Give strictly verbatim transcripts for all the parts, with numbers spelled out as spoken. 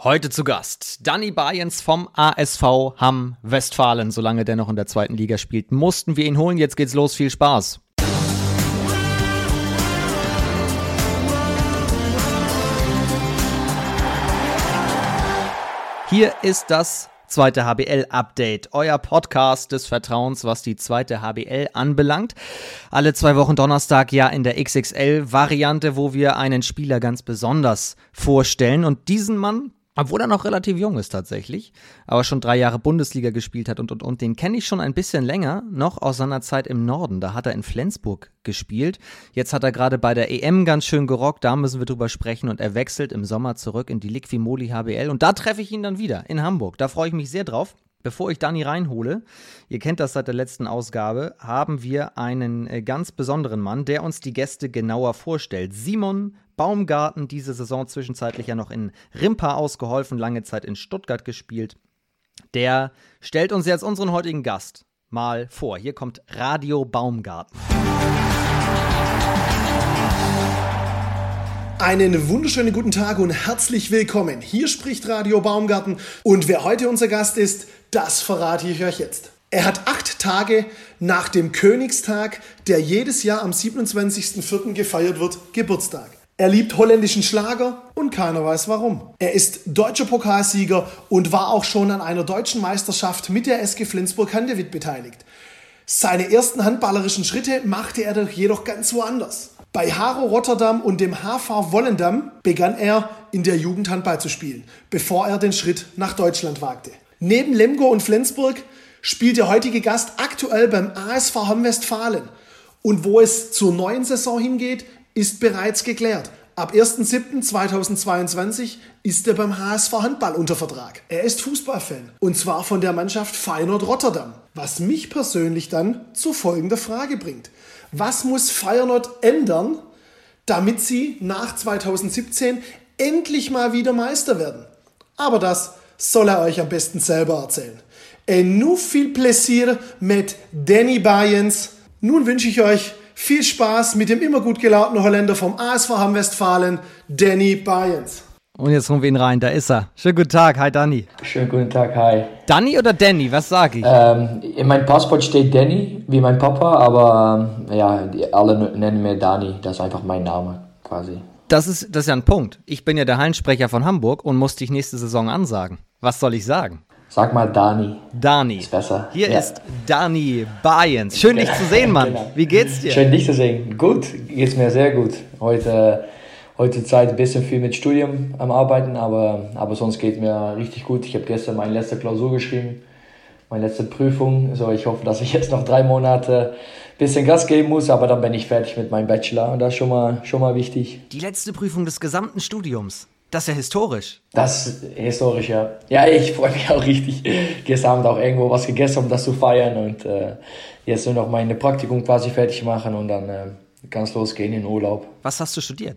Heute zu Gast Danny Bayens vom A S V Hamm Westfalen. Solange der noch in der zweiten Liga spielt, mussten wir ihn holen. Jetzt geht's los. Viel Spaß. Hier ist das zweite H B L-Update, euer Podcast des Vertrauens, was die zweite H B L anbelangt. Alle zwei Wochen Donnerstag ja in der X X L-Variante, wo wir einen Spieler ganz besonders vorstellen. Und diesen Mann, obwohl er noch relativ jung ist tatsächlich, aber schon drei Jahre Bundesliga gespielt hat und, und, und, den kenne ich schon ein bisschen länger, noch aus seiner Zeit im Norden. Da hat er in Flensburg gespielt. Jetzt hat er gerade bei der E M ganz schön gerockt, da müssen wir drüber sprechen. Und er wechselt im Sommer zurück in die Liqui-Moly H B L. Und da treffe ich ihn dann wieder in Hamburg. Da freue ich mich sehr drauf. Bevor ich Dani reinhole, ihr kennt das seit der letzten Ausgabe, haben wir einen äh, ganz besonderen Mann, der uns die Gäste genauer vorstellt. Simon Baumgarten, diese Saison zwischenzeitlich ja noch in Rimpa ausgeholfen, lange Zeit in Stuttgart gespielt. Der stellt uns jetzt unseren heutigen Gast mal vor. Hier kommt Radio Baumgarten. Einen wunderschönen guten Tag und herzlich willkommen. Hier spricht Radio Baumgarten und wer heute unser Gast ist, das verrate ich euch jetzt. Er hat acht Tage nach dem Königstag, der jedes Jahr am siebenundzwanzigsten vierten gefeiert wird, Geburtstag. Er liebt holländischen Schlager und keiner weiß warum. Er ist deutscher Pokalsieger und war auch schon an einer deutschen Meisterschaft mit der S G Flensburg-Handewitt beteiligt. Seine ersten handballerischen Schritte machte er doch jedoch ganz woanders. Bei Haro Rotterdam und dem H V Volendam begann er in der Jugend Handball zu spielen, bevor er den Schritt nach Deutschland wagte. Neben Lemgo und Flensburg spielt der heutige Gast aktuell beim A S V Hamm Westfalen. Und wo es zur neuen Saison hingeht, ist bereits geklärt. Ab ersten siebten zweitausendzweiundzwanzig ist er beim H S V Handball unter Vertrag. Er ist Fußballfan und zwar von der Mannschaft Feyenoord Rotterdam. Was mich persönlich dann zu folgender Frage bringt. Was muss Feyenoord ändern, damit sie nach zweitausendsiebzehn endlich mal wieder Meister werden? Aber das soll er euch am besten selber erzählen. En nu viel Plaisir mit Danny Bayens. Nun wünsche ich euch viel Spaß mit dem immer gut gelaunten Holländer vom A S V Hamm Westfalen, Danny Bayens. Und jetzt holen wir ihn rein, da ist er. Schönen guten Tag, hi Danny. Schönen guten Tag, hi. Danny oder Danny, was sage ich? Ähm, in meinem Passport steht Danny, wie mein Papa, aber ähm, ja, die, alle nennen mir Dani, das ist einfach mein Name quasi. Das ist, das ist ja ein Punkt. Ich bin ja der Hallensprecher von Hamburg und muss dich nächste Saison ansagen. Was soll ich sagen? Sag mal Dani. Dani. Ist besser. Hier ja. ist Danny Bayens. Schön, dich zu sehen, Mann. Genau. Wie geht's dir? Schön, dich zu sehen. Gut, geht's mir sehr gut. Heute, heute Zeit ein bisschen viel mit Studium am Arbeiten, aber, aber sonst geht mir richtig gut. Ich habe gestern meine letzte Klausur geschrieben, meine letzte Prüfung. So, ich hoffe, dass ich jetzt noch drei Monate ein bisschen Gas geben muss, aber dann bin ich fertig mit meinem Bachelor und das ist schon mal, schon mal wichtig. Die letzte Prüfung des gesamten Studiums. Das ist ja historisch. Das ist historisch, ja. Ja, ich freue mich auch richtig. Gestern Abend auch irgendwo was gegessen, um das zu feiern. Und äh, jetzt nur noch meine Praktikum quasi fertig machen und dann äh, kann es losgehen in den Urlaub. Was hast du studiert?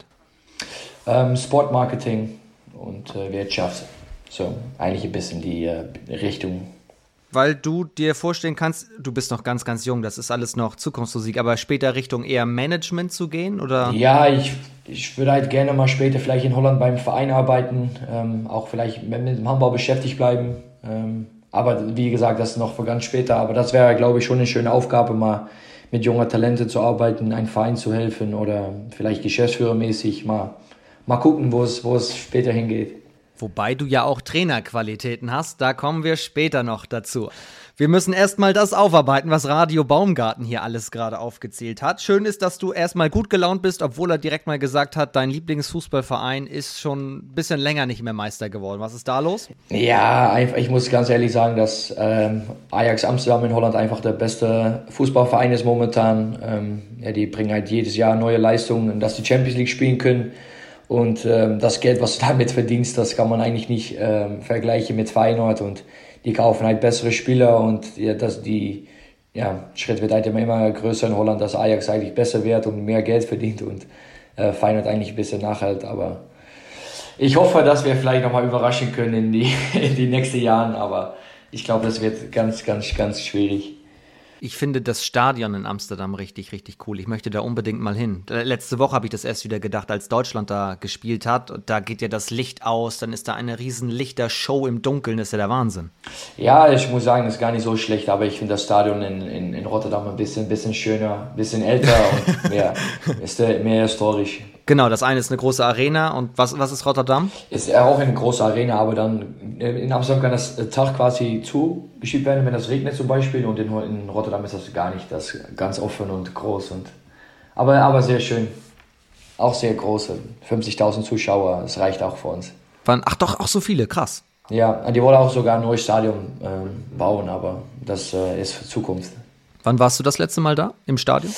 Ähm, Sportmarketing und äh, Wirtschaft. So, eigentlich ein bisschen die äh, Richtung. Weil du dir vorstellen kannst, du bist noch ganz, ganz jung, das ist alles noch Zukunftsmusik, aber später Richtung eher Management zu gehen, oder? Ja, ich, ich würde halt gerne mal später vielleicht in Holland beim Verein arbeiten, ähm, auch vielleicht mit dem Handball beschäftigt bleiben. Ähm, aber wie gesagt, das ist noch für ganz später. Aber das wäre, glaube ich, schon eine schöne Aufgabe, mal mit junger Talente zu arbeiten, einem Verein zu helfen oder vielleicht geschäftsführermäßig mal, mal gucken, wo es, wo es später hingeht. Wobei du ja auch Trainerqualitäten hast, da kommen wir später noch dazu. Wir müssen erstmal das aufarbeiten, was Radio Baumgarten hier alles gerade aufgezählt hat. Schön ist, dass du erstmal gut gelaunt bist, obwohl er direkt mal gesagt hat, dein Lieblingsfußballverein ist schon ein bisschen länger nicht mehr Meister geworden. Was ist da los? Ja, einfach, ich muss ganz ehrlich sagen, dass ähm, Ajax Amsterdam in Holland einfach der beste Fußballverein ist momentan. Ähm, ja, die bringen halt jedes Jahr neue Leistungen, dass die Champions League spielen können. Und ähm, das Geld, was du damit verdienst, das kann man eigentlich nicht ähm, vergleichen mit Feyenoord. Und die kaufen halt bessere Spieler und ja, das, die ja, Schritt wird halt immer, immer größer in Holland, dass Ajax eigentlich besser wird und mehr Geld verdient und äh, Feyenoord eigentlich ein bisschen nachhält. Aber ich hoffe, dass wir vielleicht nochmal überraschen können in die, in die nächsten Jahren, aber ich glaube, das wird ganz, ganz, ganz schwierig. Ich finde das Stadion in Amsterdam richtig, richtig cool. Ich möchte da unbedingt mal hin. Letzte Woche habe ich das erst wieder gedacht, als Deutschland da gespielt hat. Und da geht ja das Licht aus, dann ist da eine riesen Lichtershow im Dunkeln. Das ist ja der Wahnsinn. Ja, ich muss sagen, das ist gar nicht so schlecht, aber ich finde das Stadion in, in, in Rotterdam ein bisschen, bisschen schöner, ein bisschen älter und mehr, ist mehr historisch. Genau, das eine ist eine große Arena. Und was, was ist Rotterdam? Ist auch eine große Arena, aber dann in Amsterdam kann das Tag quasi zugeschiebt werden, wenn das regnet zum Beispiel. Und in, in Rotterdam ist das gar nicht, das ist ganz offen und groß. Und, aber, aber sehr schön. Auch sehr groß. fünfzigtausend Zuschauer, das reicht auch für uns. Ach doch, auch so viele, krass. Ja, die wollen auch sogar ein neues Stadion äh, bauen, aber das äh, ist für Zukunft. Wann warst du das letzte Mal da, im Stadion?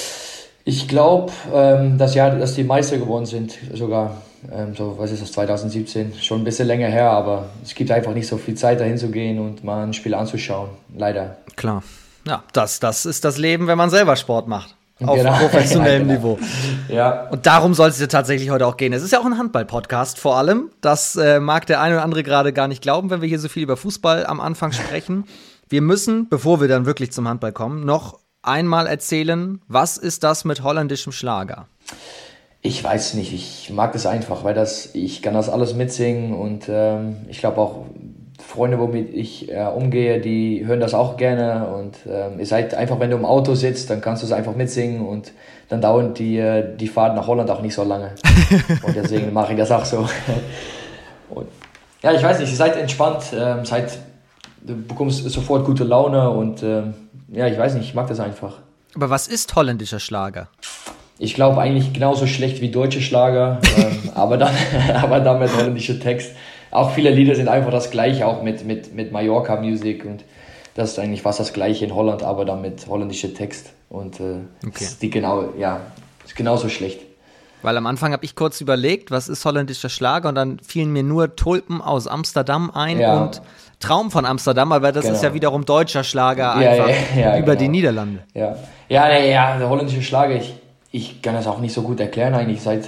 Ich glaube, ähm, das Jahr, dass die Meister geworden sind, sogar, ähm, so, was ist das, zwanzig siebzehn, schon ein bisschen länger her, aber es gibt einfach nicht so viel Zeit, dahin zu gehen und mal ein Spiel anzuschauen, leider. Klar, ja, das, das ist das Leben, wenn man selber Sport macht. Auf genau. professionellem ja, genau. Niveau. Ja. Und darum soll es ja tatsächlich heute auch gehen. Es ist ja auch ein Handball-Podcast vor allem. Das äh, mag der eine oder andere gerade gar nicht glauben, wenn wir hier so viel über Fußball am Anfang sprechen. Wir müssen, bevor wir dann wirklich zum Handball kommen, noch einmal erzählen, was ist das mit holländischem Schlager? Ich weiß nicht, ich mag das einfach, weil das, ich kann das alles mitsingen und ähm, ich glaube auch Freunde, womit ich äh, umgehe, die hören das auch gerne und ähm, ihr seid einfach, wenn du im Auto sitzt, dann kannst du es einfach mitsingen und dann dauert die, äh, die Fahrt nach Holland auch nicht so lange und deswegen mache ich das auch so. Und, ja, ich weiß nicht, ihr seid entspannt, ähm, seid, du bekommst sofort gute Laune und ähm, ja, ich weiß nicht, ich mag das einfach. Aber was ist holländischer Schlager? Ich glaube eigentlich genauso schlecht wie deutsche Schlager, ähm, aber, dann, aber dann mit holländischer Text. Auch viele Lieder sind einfach das Gleiche, auch mit, mit, mit Mallorca Music und das ist eigentlich fast das Gleiche in Holland, aber dann mit holländischer Text und äh, okay. ist die genau, ja, ist genauso schlecht. Weil am Anfang habe ich kurz überlegt, was ist holländischer Schlager und dann fielen mir nur Tulpen aus Amsterdam ein ja. und Traum von Amsterdam, aber das genau. ist ja wiederum deutscher Schlager einfach ja, ja, ja, über genau. die Niederlande. Ja, ja, ja, ja der holländische Schlager, ich, ich kann das auch nicht so gut erklären eigentlich, seit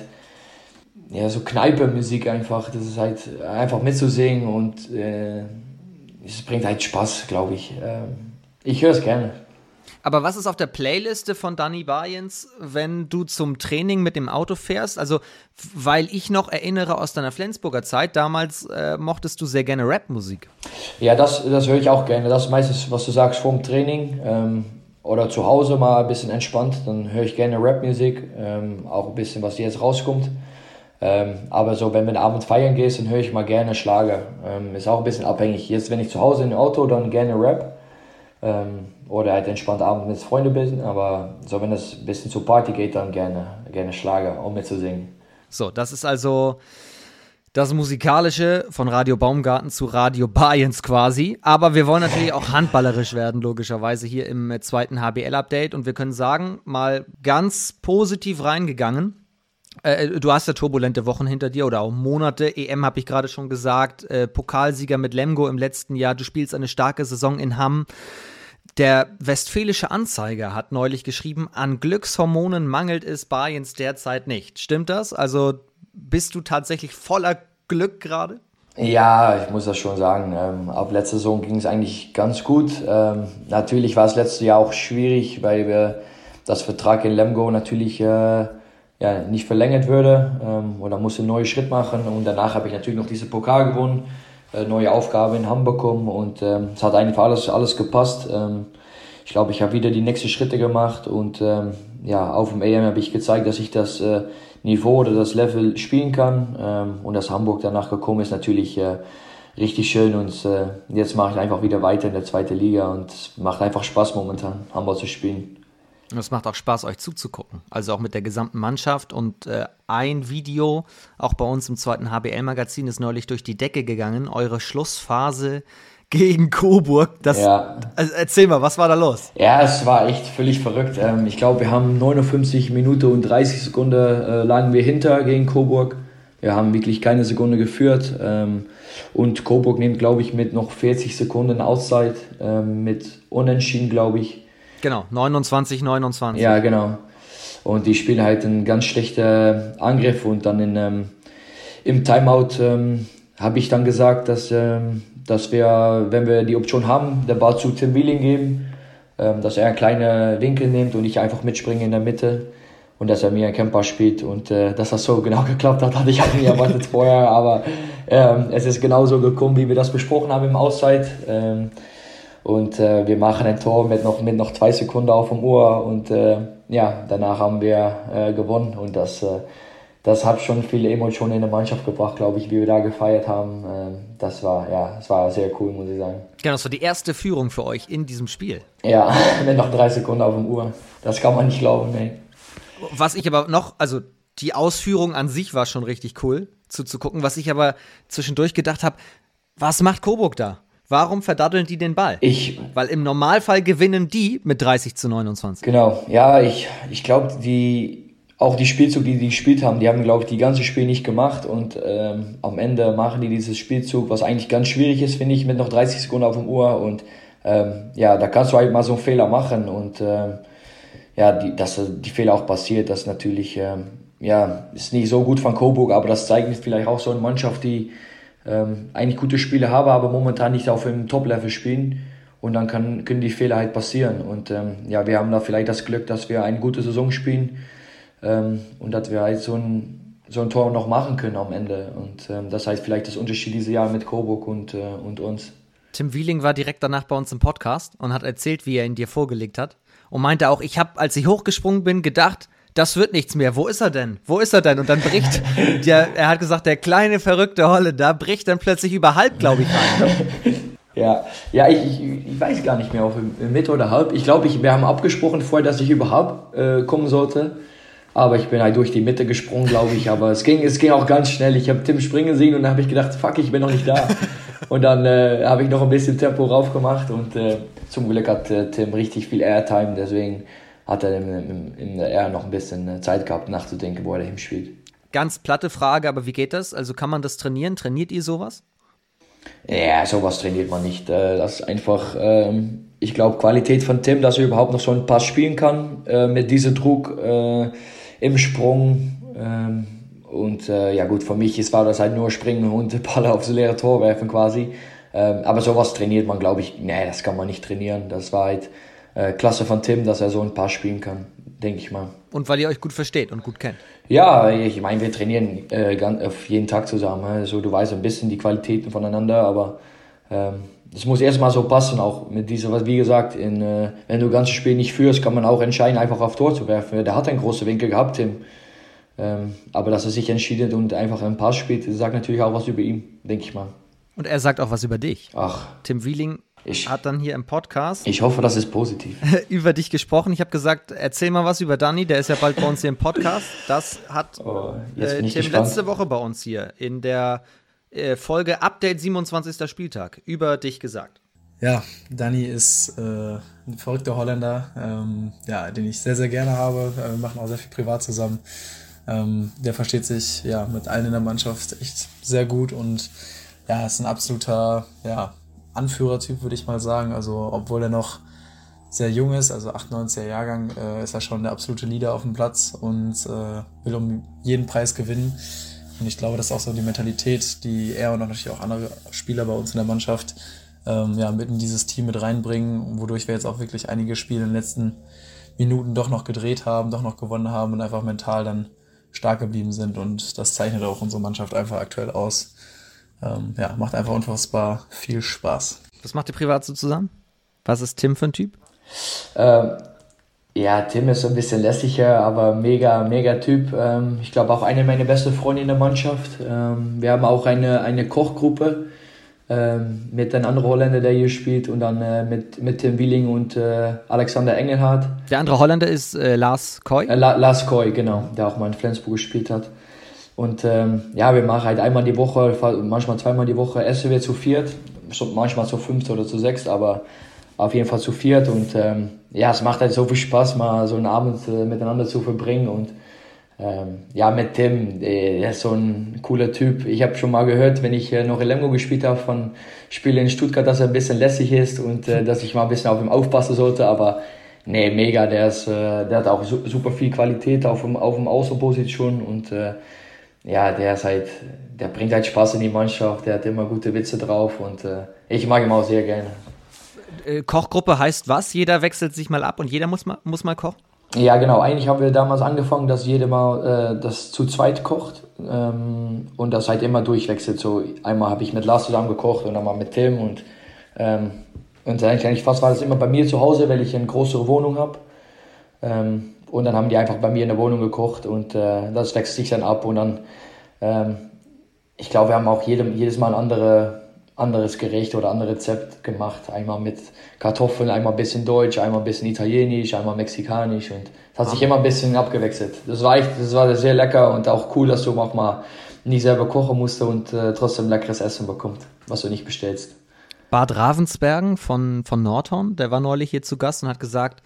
ja, so Kneipe-Musik einfach, das ist halt einfach mitzusingen und äh, es bringt halt Spaß, glaube ich. Ähm, ich höre es gerne. Aber was ist auf der Playliste von Danny Barjens, wenn du zum Training mit dem Auto fährst? Also, weil ich noch erinnere aus deiner Flensburger Zeit, damals äh, mochtest du sehr gerne Rapmusik. Ja, das, das höre ich auch gerne. Das ist meistens, was du sagst, vorm Training ähm, oder zu Hause mal ein bisschen entspannt. Dann höre ich gerne Rapmusik, ähm, auch ein bisschen, was jetzt rauskommt. Ähm, aber so, wenn du abends feiern gehst, dann höre ich mal gerne Schlager. Ähm, ist auch ein bisschen abhängig. Jetzt, wenn ich zu Hause im Auto, dann gerne Rap. Ähm, oder halt entspannt abends mit Freunden bin, aber so, wenn es ein bisschen zur Party geht, dann gerne, gerne Schlager, um mitzusingen. So, das ist also das Musikalische von Radio Baumgarten zu Radio Barjens quasi, aber wir wollen natürlich auch handballerisch werden, logischerweise hier im zweiten H B L-Update und wir können sagen, mal ganz positiv reingegangen. Äh, du hast ja turbulente Wochen hinter dir oder auch Monate, E M habe ich gerade schon gesagt, äh, Pokalsieger mit Lemgo im letzten Jahr, du spielst eine starke Saison in Hamm. Der Westfälische Anzeiger hat neulich geschrieben, an Glückshormonen mangelt es Barjens derzeit nicht. Stimmt das? Also bist du tatsächlich voller Glück gerade? Ja, ich muss das schon sagen. Ähm, ab letzter Saison ging es eigentlich ganz gut. Ähm, natürlich war es letztes Jahr auch schwierig, weil wir das Vertrag in Lemgo natürlich äh, ja, nicht verlängert würde. Ähm, oder musste einen neuen Schritt machen. Und danach habe ich natürlich noch diese Pokal gewonnen. Neue Aufgabe in Hamm bekommen und ähm, es hat eigentlich alles, alles gepasst. Ähm, ich glaube, ich habe wieder die nächsten Schritte gemacht und ähm, ja, auf dem E M habe ich gezeigt, dass ich das äh, Niveau oder das Level spielen kann ähm, und dass Hamburg danach gekommen ist, natürlich äh, richtig schön und äh, jetzt mache ich einfach wieder weiter in der zweiten Liga und es macht einfach Spaß momentan, Hamburg zu spielen. Und es macht auch Spaß, euch zuzugucken. Also auch mit der gesamten Mannschaft. Und äh, ein Video, auch bei uns im zweiten H B L-Magazin, ist neulich durch die Decke gegangen. Eure Schlussphase gegen Coburg. Das, ja. Also erzähl mal, was war da los? Ja, es war echt völlig verrückt. Ähm, ich glaube, wir haben neunundfünfzig Minuten und dreißig Sekunden äh, lagen wir hinter gegen Coburg. Wir haben wirklich keine Sekunde geführt. Ähm, und Coburg nimmt, glaube ich, mit noch vierzig Sekunden Auszeit. Ähm, mit Unentschieden, glaube ich. Genau, neunundzwanzig neunundzwanzig. Ja, genau. Und die spielen halt einen ganz schlechten Angriff und dann in, ähm, im Timeout ähm, habe ich dann gesagt, dass, ähm, dass wir, wenn wir die Option haben, den Ball zu Tim Wheeling geben ähm, dass er einen kleinen Winkel nimmt und ich einfach mitspringe in der Mitte und dass er mir einen Camper spielt. Und äh, dass das so genau geklappt hat, hatte ich auch nie erwartet vorher, aber ähm, es ist genauso gekommen, wie wir das besprochen haben im Auszeit. Ähm, und äh, wir machen ein Tor mit noch, mit noch zwei Sekunden auf dem Uhr und äh, ja, danach haben wir äh, gewonnen und das äh, Das hat schon viele Emotionen in der Mannschaft gebracht, glaube ich, wie wir da gefeiert haben. Das war, ja, das war sehr cool, muss ich sagen. Genau, das war die erste Führung für euch in diesem Spiel. Ja, mit noch drei Sekunden auf dem Uhr. Das kann man nicht glauben, nee. Was ich aber noch, also die Ausführung an sich war schon richtig cool zuzugucken. Was ich aber zwischendurch gedacht habe, was macht Coburg da? Warum verdatteln die den Ball? Ich, Weil im Normalfall gewinnen die mit dreißig zu neunundzwanzig. Genau, ja, ich, ich glaube, die... Auch die Spielzug, die die gespielt haben, die haben, glaube ich, die ganze Spiel nicht gemacht und ähm, am Ende machen die dieses Spielzug, was eigentlich ganz schwierig ist, finde ich, mit noch dreißig Sekunden auf dem Uhr und ähm, ja, da kannst du halt mal so einen Fehler machen und ähm, ja, die, dass die Fehler auch passiert, das natürlich, ähm, ja, ist nicht so gut von Coburg, aber das zeigt vielleicht auch so eine Mannschaft, die ähm, eigentlich gute Spiele haben, aber momentan nicht auf dem Top-Level spielen und dann kann, können die Fehler halt passieren und ähm, ja, wir haben da vielleicht das Glück, dass wir eine gute Saison spielen, und dass wir halt so ein, so ein Tor noch machen können am Ende. Und ähm, das heißt vielleicht das Unterschied dieses Jahr mit Coburg und, äh, und uns. Tim Wieling war direkt danach bei uns im Podcast und hat erzählt, wie er ihn dir vorgelegt hat. Und meinte auch, ich habe, als ich hochgesprungen bin, gedacht, das wird nichts mehr. Wo ist er denn? Wo ist er denn? Und dann bricht, der, er hat gesagt, der kleine, verrückte Holländer bricht dann plötzlich über halb, glaube ich, rein. Ne? Ja, ja ich, ich, ich weiß gar nicht mehr, ob im Mitte oder halb. Ich glaube, ich, wir haben abgesprochen vorher, dass ich überhaupt äh, kommen sollte. Aber ich bin halt durch die Mitte gesprungen, glaube ich. Aber es ging, es ging auch ganz schnell. Ich habe Tim springen sehen und dann habe ich gedacht, fuck, ich bin noch nicht da. Und dann äh, habe ich noch ein bisschen Tempo rauf gemacht. Und äh, zum Glück hat äh, Tim richtig viel Airtime. Deswegen hat er in, in, in der Air noch ein bisschen Zeit gehabt, nachzudenken, wo er dahin spielt. Ganz platte Frage, aber wie geht das? Also kann man das trainieren? Trainiert ihr sowas? Ja, sowas trainiert man nicht. Das ist einfach, ähm, ich glaube, Qualität von Tim, dass er überhaupt noch so einen Pass spielen kann, äh, mit diesem Druck äh, im Sprung. Ähm, und äh, ja gut, für mich ist, war das halt nur springen und den Ball aufs leere Tor werfen quasi. Ähm, aber sowas trainiert man, glaube ich, nee, das kann man nicht trainieren. Das war halt äh, klasse von Tim, dass er so einen Pass spielen kann, denke ich mal. Und weil ihr euch gut versteht und gut kennt. Ja, ich meine, wir trainieren äh, ganz, auf jeden Tag zusammen. Also du weißt ein bisschen die Qualitäten voneinander, aber ähm, das muss erstmal so passen, auch mit dieser, was wie gesagt, in, äh, wenn du das ganze Spiel nicht führst, kann man auch entscheiden, einfach auf Tor zu werfen. Der hat einen großen Winkel gehabt, Tim. Ähm, aber dass er sich entschieden und einfach einen Pass spielt, das sagt natürlich auch was über ihn, denke ich mal. Und er sagt auch was über dich. Ach. Tim Wieling ich, hat dann hier im Podcast ich hoffe, das ist positiv. über dich gesprochen. Ich habe gesagt, erzähl mal was über Dani, der ist ja bald bei uns hier im Podcast. Das hat oh, äh, Tim gespannt. letzte Woche bei uns hier in der äh, Folge Update siebenundzwanzigster Spieltag über dich gesagt. Ja, Dani ist äh, ein verrückter Holländer, ähm, ja, den ich sehr, sehr gerne habe. Wir machen auch sehr viel privat zusammen. Ähm, der versteht sich ja mit allen in der Mannschaft echt sehr gut und ja, ist ein absoluter ja, Anführertyp, würde ich mal sagen. Also obwohl er noch sehr jung ist, also achtundneunziger Jahrgang, äh, ist er schon der absolute Leader auf dem Platz und äh, will um jeden Preis gewinnen. Und ich glaube, das ist auch so die Mentalität, die er und auch natürlich auch andere Spieler bei uns in der Mannschaft ähm, ja, mit in dieses Team mit reinbringen, wodurch wir jetzt auch wirklich einige Spiele in den letzten Minuten doch noch gedreht haben, doch noch gewonnen haben und einfach mental dann stark geblieben sind. Und das zeichnet auch unsere Mannschaft einfach aktuell aus. Ähm, ja, macht einfach unfassbar viel Spaß. Was macht ihr privat so zusammen? Was ist Tim für ein Typ? Ähm, ja, Tim ist so ein bisschen lässiger, aber mega, mega Typ. Ähm, ich glaube auch eine meiner besten Freunde in der Mannschaft. Ähm, wir haben auch eine, eine Kochgruppe ähm, mit einem anderen Holländer, der hier spielt und dann äh, mit, mit Tim Wieling und äh, Alexander Engelhardt. Der andere Holländer ist äh, Lars Koy? Äh, La- Lars Koy, genau, der auch mal in Flensburg gespielt hat. Und ähm, ja, wir machen halt einmal die Woche, manchmal zweimal die Woche, essen wir zu viert, manchmal zu fünft oder zu sechst, aber auf jeden Fall zu viert. Und ähm, ja, es macht halt so viel Spaß, mal so einen Abend äh, miteinander zu verbringen. Und ähm, ja, mit Tim, der ist so ein cooler Typ. Ich habe schon mal gehört, wenn ich äh, noch in Lemgo gespielt habe, von Spielen in Stuttgart, dass er ein bisschen lässig ist und äh, dass ich mal ein bisschen auf ihn aufpassen sollte, aber nee, mega, der, ist, äh, der hat auch su- super viel Qualität auf dem, auf dem Außenposition und äh, ja, der ist halt, der bringt halt Spaß in die Mannschaft, der hat immer gute Witze drauf und äh, ich mag ihn auch sehr gerne. Äh, Kochgruppe heißt was? Jeder wechselt sich mal ab und jeder muss mal, muss mal kochen? Ja, genau. Eigentlich haben wir damals angefangen, dass jeder mal äh, das zu zweit kocht ähm, und das halt immer durchwechselt. So einmal habe ich mit Lars zusammen gekocht und dann mal mit Tim und ähm, und eigentlich fast war das immer bei mir zu Hause, weil ich eine größere Wohnung habe. Ähm, und dann haben die einfach bei mir in der Wohnung gekocht und äh, das wechselt sich dann ab und dann ähm, ich glaube, wir haben auch jedem, jedes Mal ein andere, anderes Gericht oder ein anderes Rezept gemacht. Einmal mit Kartoffeln, einmal ein bisschen Deutsch, einmal ein bisschen Italienisch, einmal Mexikanisch. Und es hat sich immer ein bisschen abgewechselt. Das war echt, das war sehr lecker und auch cool, dass du auch mal nicht selber kochen musst und äh, trotzdem leckeres Essen bekommst, was du nicht bestellst. Bart Ravensbergen von, von Nordhorn, der war neulich hier zu Gast und hat gesagt,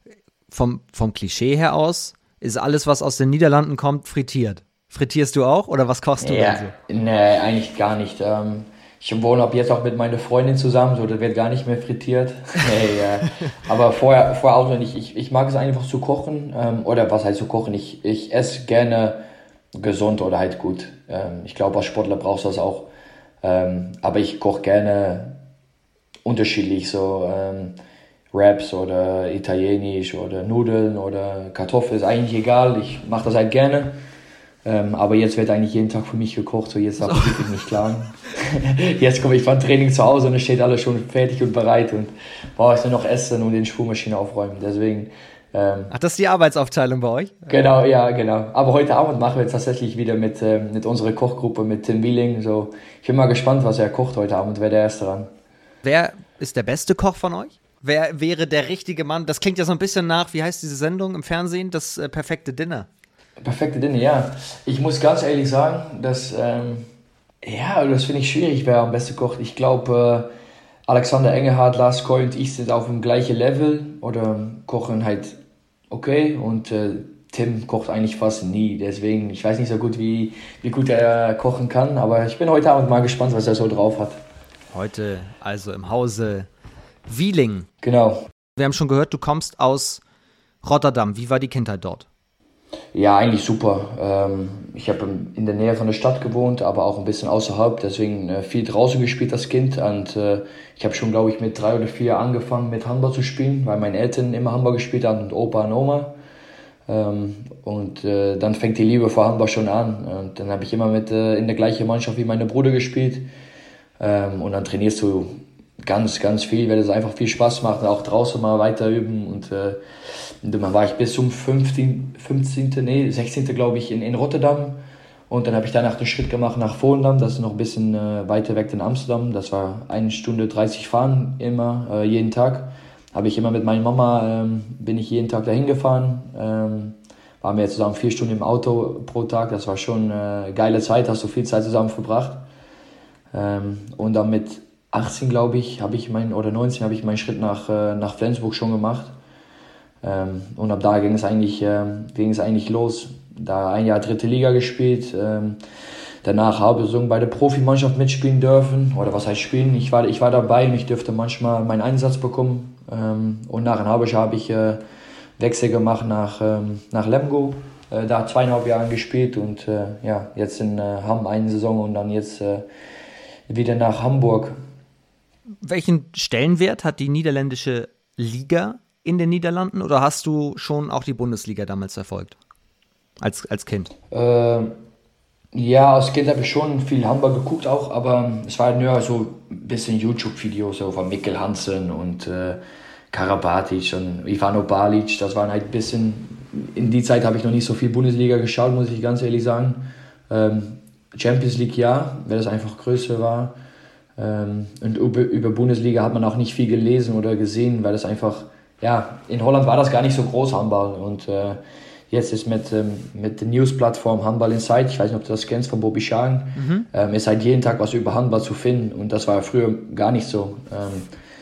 vom, vom Klischee her aus ist alles, was aus den Niederlanden kommt, frittiert. Frittierst du auch oder was kochst du ja, denn so? Nee, eigentlich gar nicht. Ähm, ich wohne ab jetzt auch mit meiner Freundin zusammen, so das wird gar nicht mehr frittiert. nee, äh, aber vorher, vorher auch noch nicht. Ich, ich mag es einfach zu kochen ähm, oder was heißt zu kochen? Ich, ich esse gerne gesund oder halt gut. Ähm, ich glaube, als Sportler brauchst du das auch. Ähm, aber ich koche gerne unterschiedlich, so ähm, Wraps oder Italienisch oder Nudeln oder Kartoffeln, ist eigentlich egal. Ich mache das halt gerne. Ähm, aber jetzt wird eigentlich jeden Tag für mich gekocht, so jetzt darf ich wirklich nicht klagen. Jetzt komme ich vom Training zu Hause und es steht alles schon fertig und bereit und brauche ich nur noch essen und in die Spülmaschine aufräumen. Deswegen. Ähm, Ach, das ist die Arbeitsaufteilung bei euch? Genau, ja, genau. Aber heute Abend machen wir jetzt tatsächlich wieder mit, ähm, mit unserer Kochgruppe, mit Tim Wieling. So, ich bin mal gespannt, was er kocht heute Abend, wer der Erste dran. Wer ist der beste Koch von euch? Wer wäre der richtige Mann? Das klingt ja so ein bisschen nach, wie heißt diese Sendung im Fernsehen? Das äh, perfekte Dinner. Perfekte Dinge, ja. Ich muss ganz ehrlich sagen, dass, ähm, ja, das finde ich schwierig, wer am besten kocht. Ich glaube, äh, Alexander Engelhardt, Lars Koy und ich sind auf dem gleichen Level oder kochen halt okay und äh, Tim kocht eigentlich fast nie. Deswegen, ich weiß nicht so gut, wie, wie gut er kochen kann, aber ich bin heute Abend mal gespannt, was er so drauf hat. Heute also im Hause Wieling. Genau. Wir haben schon gehört, du kommst aus Rotterdam. Wie war die Kindheit dort? Ja, eigentlich super. Ähm, ich habe in der Nähe von der Stadt gewohnt, aber auch ein bisschen außerhalb, deswegen äh, viel draußen gespielt als Kind und äh, ich habe schon, glaube ich, mit drei oder vier angefangen mit Handball zu spielen, weil meine Eltern immer Handball gespielt haben und Opa und Oma. Ähm, und äh, dann fängt die Liebe vor Handball schon an und dann habe ich immer mit äh, in der gleichen Mannschaft wie meine Bruder gespielt ähm, und dann trainierst du ganz, ganz viel, weil es einfach viel Spaß macht, auch draußen mal weiter üben und äh, dann war ich bis zum fünfzehnten, fünfzehnten nee, sechzehnten glaube ich in, in Rotterdam und dann habe ich danach den Schritt gemacht nach Volendam, das ist noch ein bisschen äh, weiter weg in Amsterdam, das war eine Stunde dreißig fahren immer, äh, jeden Tag, habe ich immer mit meiner Mama, ähm, bin ich jeden Tag dahin gefahren, ähm, waren wir zusammen vier Stunden im Auto pro Tag, das war schon eine geile Zeit, hast du viel Zeit zusammen verbracht ähm, und dann mit achtzehn glaube ich, habe ich mein, oder neunzehn habe ich meinen Schritt nach, äh, nach Flensburg schon gemacht. Ähm, und ab da ging es eigentlich, ähm, ging es eigentlich los. Da ein Jahr dritte Liga gespielt. Ähm, danach habe ich so bei der Profimannschaft mitspielen dürfen. Oder was heißt spielen? Ich war, ich war dabei und ich dürfte manchmal meinen Einsatz bekommen. Ähm, und nach ein halbes Jahr habe ich äh, Wechsel gemacht nach, ähm, nach Lemgo. Äh, da zweieinhalb Jahre gespielt und äh, ja, jetzt in äh, Hamm eine Saison und dann jetzt äh, wieder nach Hamburg. Welchen Stellenwert hat die niederländische Liga in den Niederlanden oder hast du schon auch die Bundesliga damals verfolgt? Als, als Kind? Äh, ja, als Kind habe ich schon viel Handball geguckt auch, aber es war nur so ein bisschen YouTube-Videos so von Mikkel Hansen und äh, Karabatic und Ivano Balic. Das waren halt ein bisschen, in die Zeit habe ich noch nicht so viel Bundesliga geschaut, muss ich ganz ehrlich sagen. Ähm, Champions League ja, weil es einfach größer war. Ähm, und über, über Bundesliga hat man auch nicht viel gelesen oder gesehen, weil es einfach, ja, in Holland war das gar nicht so groß, Handball. Und äh, jetzt ist mit, ähm, mit der News-Plattform Handball Inside, ich weiß nicht, ob du das kennst, von Bobby Schagen, mhm. ähm, ist halt jeden Tag was über Handball zu finden. Und das war früher gar nicht so. Ähm,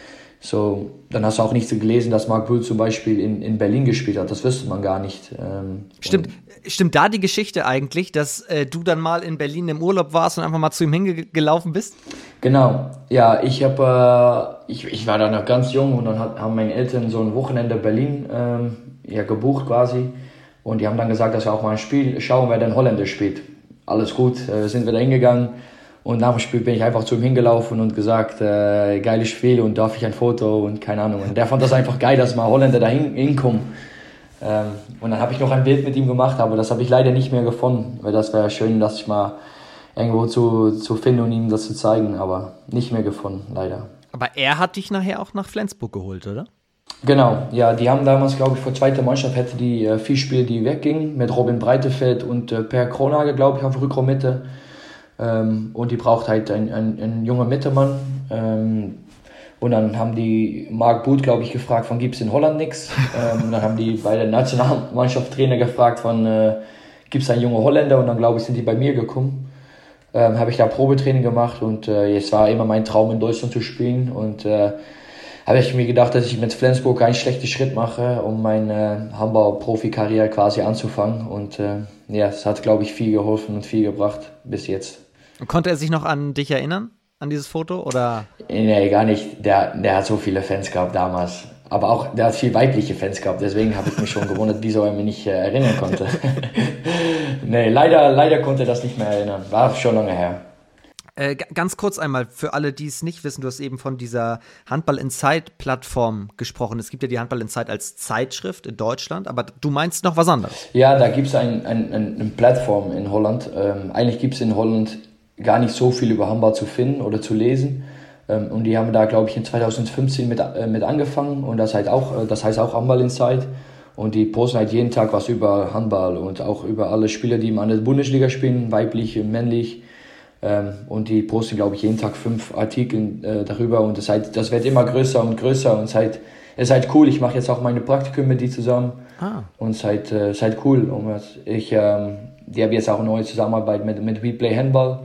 so, dann hast du auch nicht so gelesen, dass Marc Bull zum Beispiel in, in Berlin gespielt hat. Das wüsste man gar nicht. Ähm, Stimmt. Stimmt da die Geschichte eigentlich, dass äh, du dann mal in Berlin im Urlaub warst und einfach mal zu ihm hingelaufen bist? Genau, ja, ich habe, äh, ich, ich war da noch ganz jung und dann hat, haben meine Eltern so ein Wochenende Berlin ähm, ja, gebucht quasi und die haben dann gesagt, dass wir auch mal ein Spiel schauen, wer denn Holländer spielt. Alles gut, äh, sind wir da hingegangen Und nach dem Spiel bin ich einfach zu ihm hingelaufen und gesagt, äh, geiles Spiel und darf ich ein Foto und keine Ahnung. Und der fand das einfach geil, dass mal Holländer da hin, hinkommen. Ähm, und dann habe ich noch ein Bild mit ihm gemacht, aber das habe ich leider nicht mehr gefunden, weil das wäre schön, dass ich mal irgendwo zu, zu finden und ihm das zu zeigen, aber nicht mehr gefunden, leider. Aber er hat dich nachher auch nach Flensburg geholt, oder? Genau, ja, die haben damals, glaube ich, vor zweiter Mannschaft hätte die äh, vier Spiele, die weggingen, mit Robin Breitefeld und äh, Per Kronhage, glaube ich, auf Rückraummitte. Ähm, und die braucht halt einen, einen, einen jungen Mittelmann. Ähm, und dann haben die Marc Boot, glaube ich, gefragt, von gibt es in Holland nichts? Ähm, dann haben die bei der Nationalmannschaft Trainer gefragt, von äh, gibt es einen jungen Holländer? Und dann, glaube ich, sind die bei mir gekommen. Ähm, habe ich da Probetraining gemacht und äh, es war immer mein Traum, in Deutschland zu spielen. Und äh, habe ich mir gedacht, dass ich mit Flensburg einen schlechten Schritt mache, um meine Handball-Profi-Karriere quasi anzufangen. Und äh, ja, es hat, glaube ich, viel geholfen und viel gebracht bis jetzt. Und konnte er sich noch an dich erinnern, an dieses Foto? Oder? Nee, gar nicht. Der, der hat so viele Fans gehabt damals. Aber auch, der hat viel weibliche Fans gehabt. Deswegen habe ich mich schon gewundert, wieso er mich nicht äh, erinnern konnte. Nee, leider, leider konnte er das nicht mehr erinnern. War schon lange her. Äh, g- ganz kurz einmal, für alle, die es nicht wissen, du hast eben von dieser Handball-Inside-Plattform gesprochen. Es gibt ja die Handball-Inside als Zeitschrift in Deutschland, aber du meinst noch was anderes. Ja, da gibt es ein, ein, ein, eine Plattform in Holland. Ähm, eigentlich gibt es in Holland gar nicht so viel über Handball zu finden oder zu lesen. Ähm, und die haben da, glaube ich, in zwanzig fünfzehn mit, äh, mit angefangen. Und das, halt auch, das heißt auch Handball Inside. Und die posten halt jeden Tag was über Handball und auch über alle Spieler, die an der Bundesliga spielen, weiblich und männlich. Ähm, und die posten, glaube ich, jeden Tag fünf Artikel äh, darüber. Und das, halt, das wird immer größer und größer. Und es ist halt, es ist halt cool. Ich mache jetzt auch meine Praktikum mit die zusammen. Ah. Und es ist halt, äh, es ist halt cool. Und ich, ähm, die haben jetzt auch eine neue Zusammenarbeit mit, mit WePlay Handball.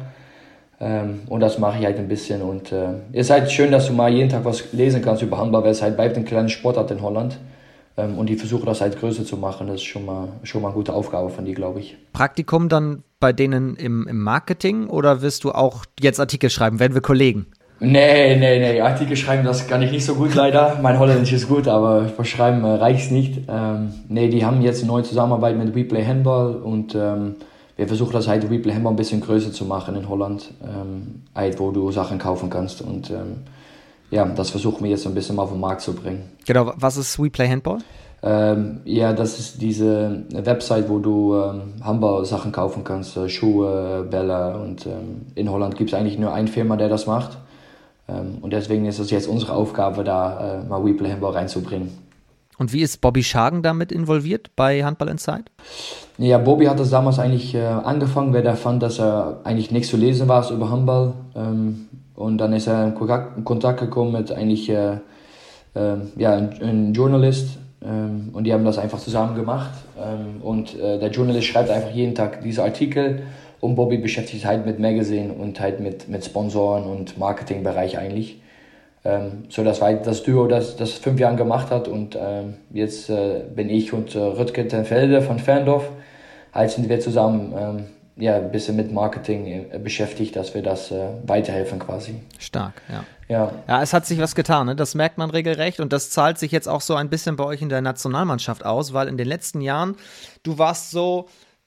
Ähm, und das mache ich halt ein bisschen. Und äh, es ist halt schön, dass du mal jeden Tag was lesen kannst über Handball, weil es halt bleibt ein kleiner Sportart in Holland. Ähm, und die versuchen das halt größer zu machen. Das ist schon mal, schon mal eine gute Aufgabe von die, glaube ich. Praktikum dann bei denen im, im Marketing oder wirst du auch jetzt Artikel schreiben? Werden wir Kollegen? Nee, nee, nee. Artikel schreiben, das kann ich nicht so gut leider. Mein Holländisch ist gut, aber für Schreiben äh, reicht es nicht. Ähm, nee, die haben jetzt eine neue Zusammenarbeit mit WePlay Handball und ähm, wir versuchen das halt WePlay Handball ein bisschen größer zu machen in Holland. Ähm, halt, wo du Sachen kaufen kannst und ähm, ja, das versuchen wir jetzt ein bisschen mal auf den Markt zu bringen. Genau, was ist WePlay Handball? Ähm, ja, das ist diese Website, wo du ähm, Handball-Sachen kaufen kannst, äh, Schuhe, Bälle und ähm, in Holland gibt es eigentlich nur eine Firma, der das macht ähm, und deswegen ist es jetzt unsere Aufgabe, da äh, mal WePlay Handball reinzubringen. Und wie ist Bobby Schagen damit involviert bei Handball Inside? Ja, Bobby hat das damals eigentlich äh, angefangen, weil er fand, dass er eigentlich nichts zu lesen war über Handball ähm, und dann ist er in Kontakt, in Kontakt gekommen mit eigentlich äh, äh, ja, einem Journalist. Ähm, und die haben das einfach zusammen gemacht. Ähm, und äh, der Journalist schreibt einfach jeden Tag diese Artikel und Bobby beschäftigt sich halt mit Magazine und halt mit, mit Sponsoren und Marketingbereich eigentlich. Ähm, so dass war das Duo, das das fünf Jahre gemacht hat und ähm, jetzt äh, bin ich und äh, Rüdger Tenfelde von Ferndorf. Halt sind wir zusammen ähm, ja, ein bisschen mit Marketing äh, beschäftigt, dass wir das äh, weiterhelfen quasi. Stark, ja. Ja. Ja, es hat sich was getan, ne? Das merkt man regelrecht und das zahlt sich jetzt auch so ein bisschen bei euch in der Nationalmannschaft aus, weil in den letzten Jahren, du warst so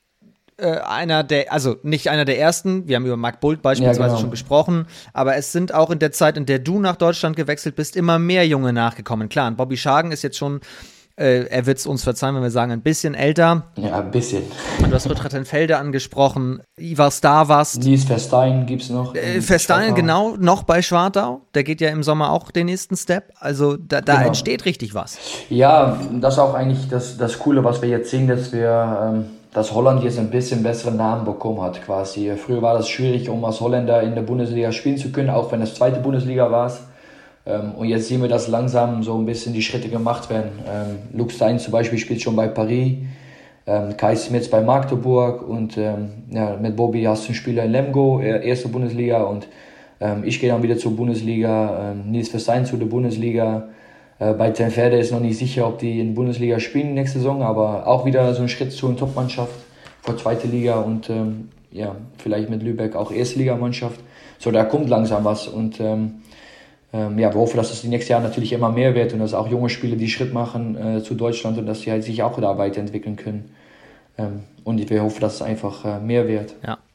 äh, einer der, also nicht einer der ersten, wir haben über Marc Bult beispielsweise ja, genau. schon gesprochen, aber es sind auch in der Zeit, in der du nach Deutschland gewechselt bist, immer mehr Junge nachgekommen. Klar, und Bobby Schagen ist jetzt schon, äh, er wird es uns verzeihen, wenn wir sagen, ein bisschen älter. Ja, ein bisschen. Du hast Rüdger Tenfelde angesprochen, Ivar Starvast. Nils Verstein gibt's noch. Äh, Verstein, genau, noch bei Schwartau. Der geht ja im Sommer auch den nächsten Step. Also da, da genau. entsteht richtig was. Ja, das ist auch eigentlich das, das Coole, was wir jetzt sehen, dass wir, ähm, dass Holland jetzt ein bisschen besseren Namen bekommen hat quasi. Früher war das schwierig, um als Holländer in der Bundesliga spielen zu können, auch wenn es zweite Bundesliga war. Ähm, und jetzt sehen wir, dass langsam so ein bisschen die Schritte gemacht werden. Ähm, Luke Stein zum Beispiel spielt schon bei Paris. Ähm, Kai Smits bei Magdeburg und ähm, ja, mit Bobby hast du einen Spieler in Lemgo, erste Bundesliga und ähm, ich gehe dann wieder zur Bundesliga, ähm, Nils Verstein zu der Bundesliga. Äh, bei Tenfelde ist noch nicht sicher, ob die in der Bundesliga spielen nächste Saison, aber auch wieder so ein Schritt zu einer Top-Mannschaft vor zweite Liga und ähm, ja, vielleicht mit Lübeck auch Erstligamannschaft. So, da kommt langsam was und ähm, ähm, ja, wir hoffen, dass es die nächsten Jahre natürlich immer mehr wird und dass auch junge Spieler die Schritt machen äh, zu Deutschland und dass sie halt sich auch da weiterentwickeln können. Ähm, und wir hoffen, dass es einfach äh, mehr wird. Ja,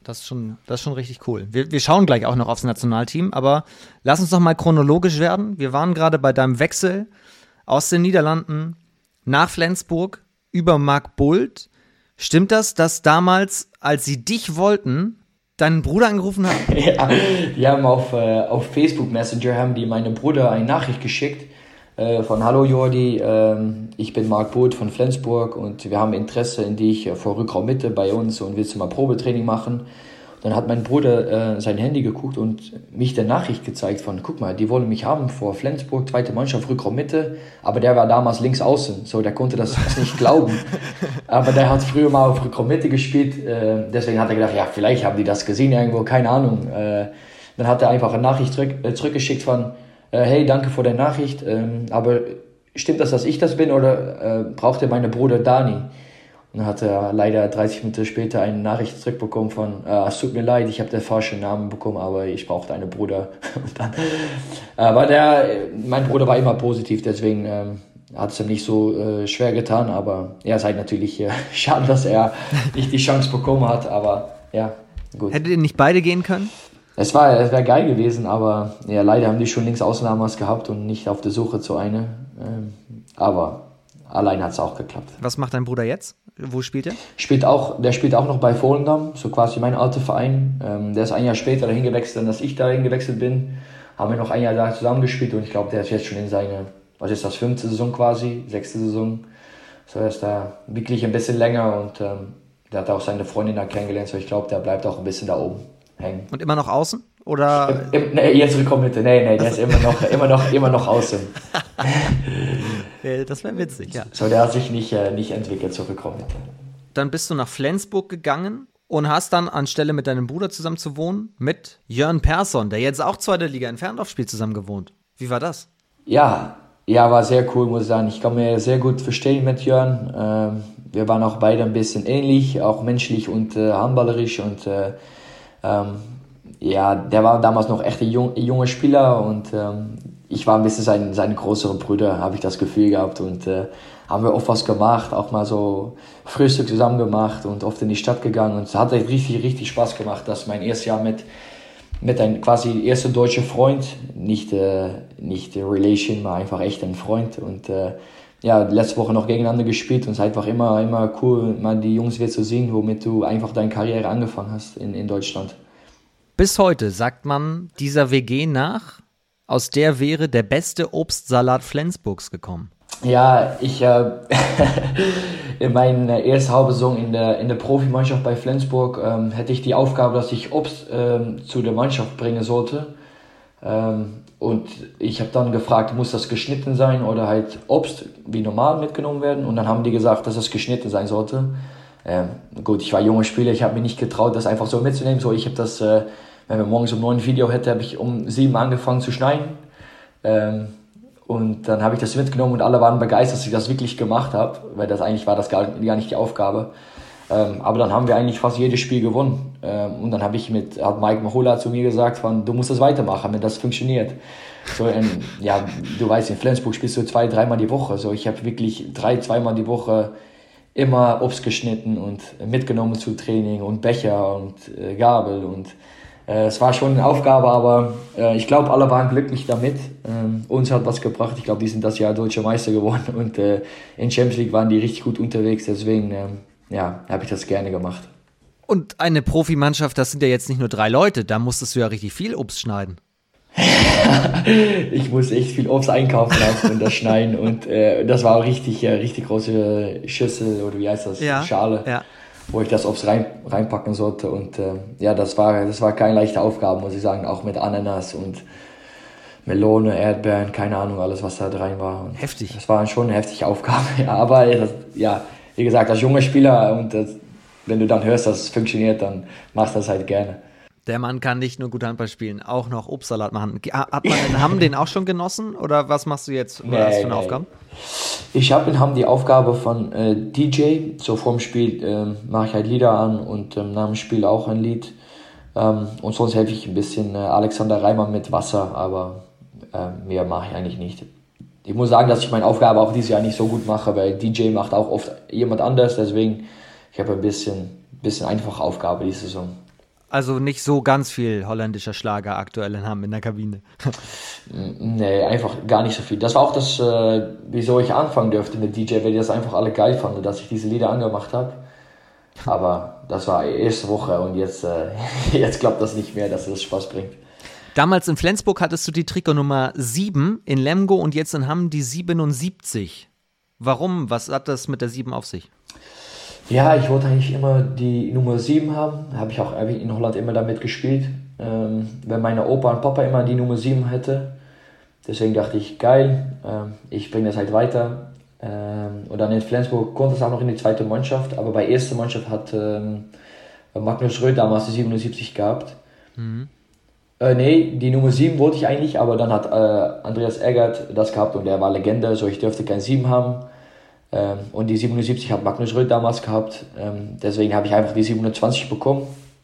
Das ist schon, das ist schon richtig cool. Wir, wir schauen gleich auch noch aufs Nationalteam, aber lass uns noch mal chronologisch werden. Wir waren gerade bei deinem Wechsel aus den Niederlanden nach Flensburg über Marc Bult. Stimmt das, dass damals, als sie dich wollten, deinen Bruder angerufen haben? Ja, die haben auf, äh, auf Facebook Messenger haben die meinem Bruder eine Nachricht geschickt äh, von Hallo Jordi, ähm, ich bin Marc Bult von Flensburg und wir haben Interesse in dich vor Rückraummitte bei uns und willst du mal Probetraining machen? Dann hat mein Bruder äh, sein Handy geguckt und mich der Nachricht gezeigt von, guck mal, die wollen mich haben vor Flensburg, zweite Mannschaft, Rückraummitte, aber der war damals links außen, so der konnte das nicht glauben. Aber der hat früher mal auf Rückraummitte gespielt, äh, deswegen hat er gedacht, ja, vielleicht haben die das gesehen irgendwo, keine Ahnung. Äh, dann hat er einfach eine Nachricht zurück, äh, zurückgeschickt von, äh, hey, danke für deine Nachricht, äh, aber stimmt das, dass ich das bin oder äh, braucht ihr meinen Bruder Dani? Und dann hat er leider dreißig Minuten später eine Nachricht zurückbekommen von, äh, es tut mir leid, ich habe den falschen Namen bekommen, aber ich brauchte einen Bruder. Und dann, aber der, mein Bruder war immer positiv, deswegen ähm, hat es ihm nicht so äh, schwer getan, aber ja, es ist halt natürlich äh, schade, dass er nicht die Chance bekommen hat, aber ja, gut. Hättet ihr nicht beide gehen können? Es war, es wäre geil gewesen, aber ja, leider haben die schon links außen damals gehabt und nicht auf der Suche zu einer, ähm, aber allein hat es auch geklappt. Was macht dein Bruder jetzt? Wo spielt er? Spielt auch, der spielt auch noch bei Volendam, so quasi mein alter Verein. Ähm, der ist ein Jahr später dahin gewechselt, als ich dahin gewechselt bin. Haben wir noch ein Jahr da zusammengespielt und ich glaube, der ist jetzt schon in seine, was ist das, fünfte Saison quasi, sechste Saison. So, er ist da wirklich ein bisschen länger und ähm, der hat auch seine Freundin da kennengelernt, so ich glaube, der bleibt auch ein bisschen da oben hängen. Und immer noch außen? Oder? Im, im, nee, jetzt zurückkommen bitte. Nee, nee, der ist immer noch, immer noch, immer noch außen. Das wäre witzig, ja. So, der hat sich nicht, äh, nicht entwickelt, zurückkommen bitte. Dann bist du nach Flensburg gegangen und hast dann, anstelle mit deinem Bruder zusammen zu wohnen, mit Jörn Persson, der jetzt auch zweite Liga in Ferndorf spielt, zusammen gewohnt. Wie war das? Ja, ja, war sehr cool, muss ich sagen. Ich kann mir sehr gut verstehen mit Jörn. Ähm, wir waren auch beide ein bisschen ähnlich, auch menschlich und äh, handballerisch und äh, ähm, ja, der war damals noch echt ein jung, junger Spieler und ähm, ich war ein bisschen sein, sein größerer Bruder, habe ich das Gefühl gehabt und äh, haben wir oft was gemacht, auch mal so Frühstück zusammen gemacht und oft in die Stadt gegangen und es hat richtig, richtig Spaß gemacht, dass mein erstes Jahr mit, mit einem quasi erster deutscher Freund, nicht, äh, nicht Relation, war einfach echt ein Freund und äh, ja, letzte Woche noch gegeneinander gespielt und es ist einfach immer, immer cool, mal die Jungs wieder zu sehen, womit du einfach deine Karriere angefangen hast in, in Deutschland. Bis heute sagt man dieser W G nach, aus der wäre der beste Obstsalat Flensburgs gekommen. Ja, ich äh, in meiner ersten Hauptsaison in der, in der Profimannschaft bei Flensburg ähm, hätte ich die Aufgabe, dass ich Obst ähm, zu der Mannschaft bringen sollte. Ähm, und ich habe dann gefragt, muss das geschnitten sein oder halt Obst wie normal mitgenommen werden? Und dann haben die gesagt, dass das geschnitten sein sollte. Ähm, gut, ich war junger Spieler, ich habe mich nicht getraut, das einfach so mitzunehmen. So, ich habe das, äh, wenn wir morgens um neun ein Video hätten, habe ich um sieben angefangen zu schneiden. Ähm, und dann habe ich das mitgenommen und alle waren begeistert, dass ich das wirklich gemacht habe, weil das eigentlich war das gar, gar nicht die Aufgabe. Ähm, aber dann haben wir eigentlich fast jedes Spiel gewonnen. Ähm, und dann habe ich mit, hat Mike Mahola zu mir gesagt, von, du musst das weitermachen, wenn das funktioniert. So, ähm, ja, du weißt, in Flensburg spielst du zwei, dreimal die Woche. So, ich habe wirklich drei, zweimal die Woche immer Obst geschnitten und mitgenommen zu Training und Becher und äh, Gabel und äh, es war schon eine Aufgabe, aber äh, ich glaube, alle waren glücklich damit. Ähm, uns hat was gebracht. Ich glaube, die sind das Jahr Deutscher Meister geworden und äh, in Champions League waren die richtig gut unterwegs. Deswegen ähm, ja, habe ich das gerne gemacht. Und eine Profimannschaft, das sind ja jetzt nicht nur drei Leute, da musstest du ja richtig viel Obst schneiden. Ich musste echt viel Obst einkaufen und das schneiden und äh, das war auch richtig, äh, richtig große Schüssel oder wie heißt das, ja, Schale, ja. Wo ich das Obst rein, reinpacken sollte und äh, ja, das war, das war keine leichte Aufgabe, muss ich sagen, auch mit Ananas und Melone, Erdbeeren, keine Ahnung, alles was da rein war. Und heftig. Das war schon eine heftige Aufgabe, ja, aber das, ja, wie gesagt, als junger Spieler und das, wenn du dann hörst, dass es funktioniert, dann machst du das halt gerne. Der Mann kann nicht nur gut Handball spielen, auch noch Obstsalat machen. Hat man in Hamm den auch schon genossen oder was machst du jetzt? Oder nee, hast du für eine nee. Aufgabe? Ich habe in Hamm die Aufgabe von äh, D J. So vorm Spiel äh, mache ich halt Lieder an und ähm, nach dem Spiel auch ein Lied. Ähm, und sonst helfe ich ein bisschen äh, Alexander Reimann mit Wasser, aber äh, mehr mache ich eigentlich nicht. Ich muss sagen, dass ich meine Aufgabe auch dieses Jahr nicht so gut mache, weil D J macht auch oft jemand anders. Deswegen ich habe ein bisschen, bisschen einfache Aufgabe diese Saison. Also nicht so ganz viel holländischer Schlager aktuell haben in der Kabine. Nee, einfach gar nicht so viel. Das war auch das, äh, wieso ich anfangen durfte mit D J, weil ich das einfach alle geil fand, dass ich diese Lieder angemacht habe. Aber das war die erste Woche und jetzt, äh, jetzt klappt das nicht mehr, dass das Spaß bringt. Damals in Flensburg hattest du die Trikotnummer sieben, in Lemgo und jetzt in Hamm die siebenundsiebzig. Warum? Was hat das mit der sieben auf sich? Ja, ich wollte eigentlich immer die Nummer sieben haben. Habe ich auch in Holland immer damit gespielt. Ähm, wenn meine Opa und Papa immer die Nummer sieben hätte. Deswegen dachte ich, geil, ähm, ich bringe das halt weiter. Ähm, und dann in Flensburg konnte es auch noch in die zweite Mannschaft. Aber bei erster Mannschaft hat ähm, Magnus Röth damals die siebenundsiebzig gehabt. Mhm. Äh, nee, die Nummer sieben wollte ich eigentlich. Aber dann hat äh, Andreas Eggert das gehabt und der war Legende. So, ich dürfte kein sieben haben. Ähm, und die siebenundsiebzig hat Magnus Röth damals gehabt, ähm, deswegen habe ich einfach die siebenundzwanzig bekommen,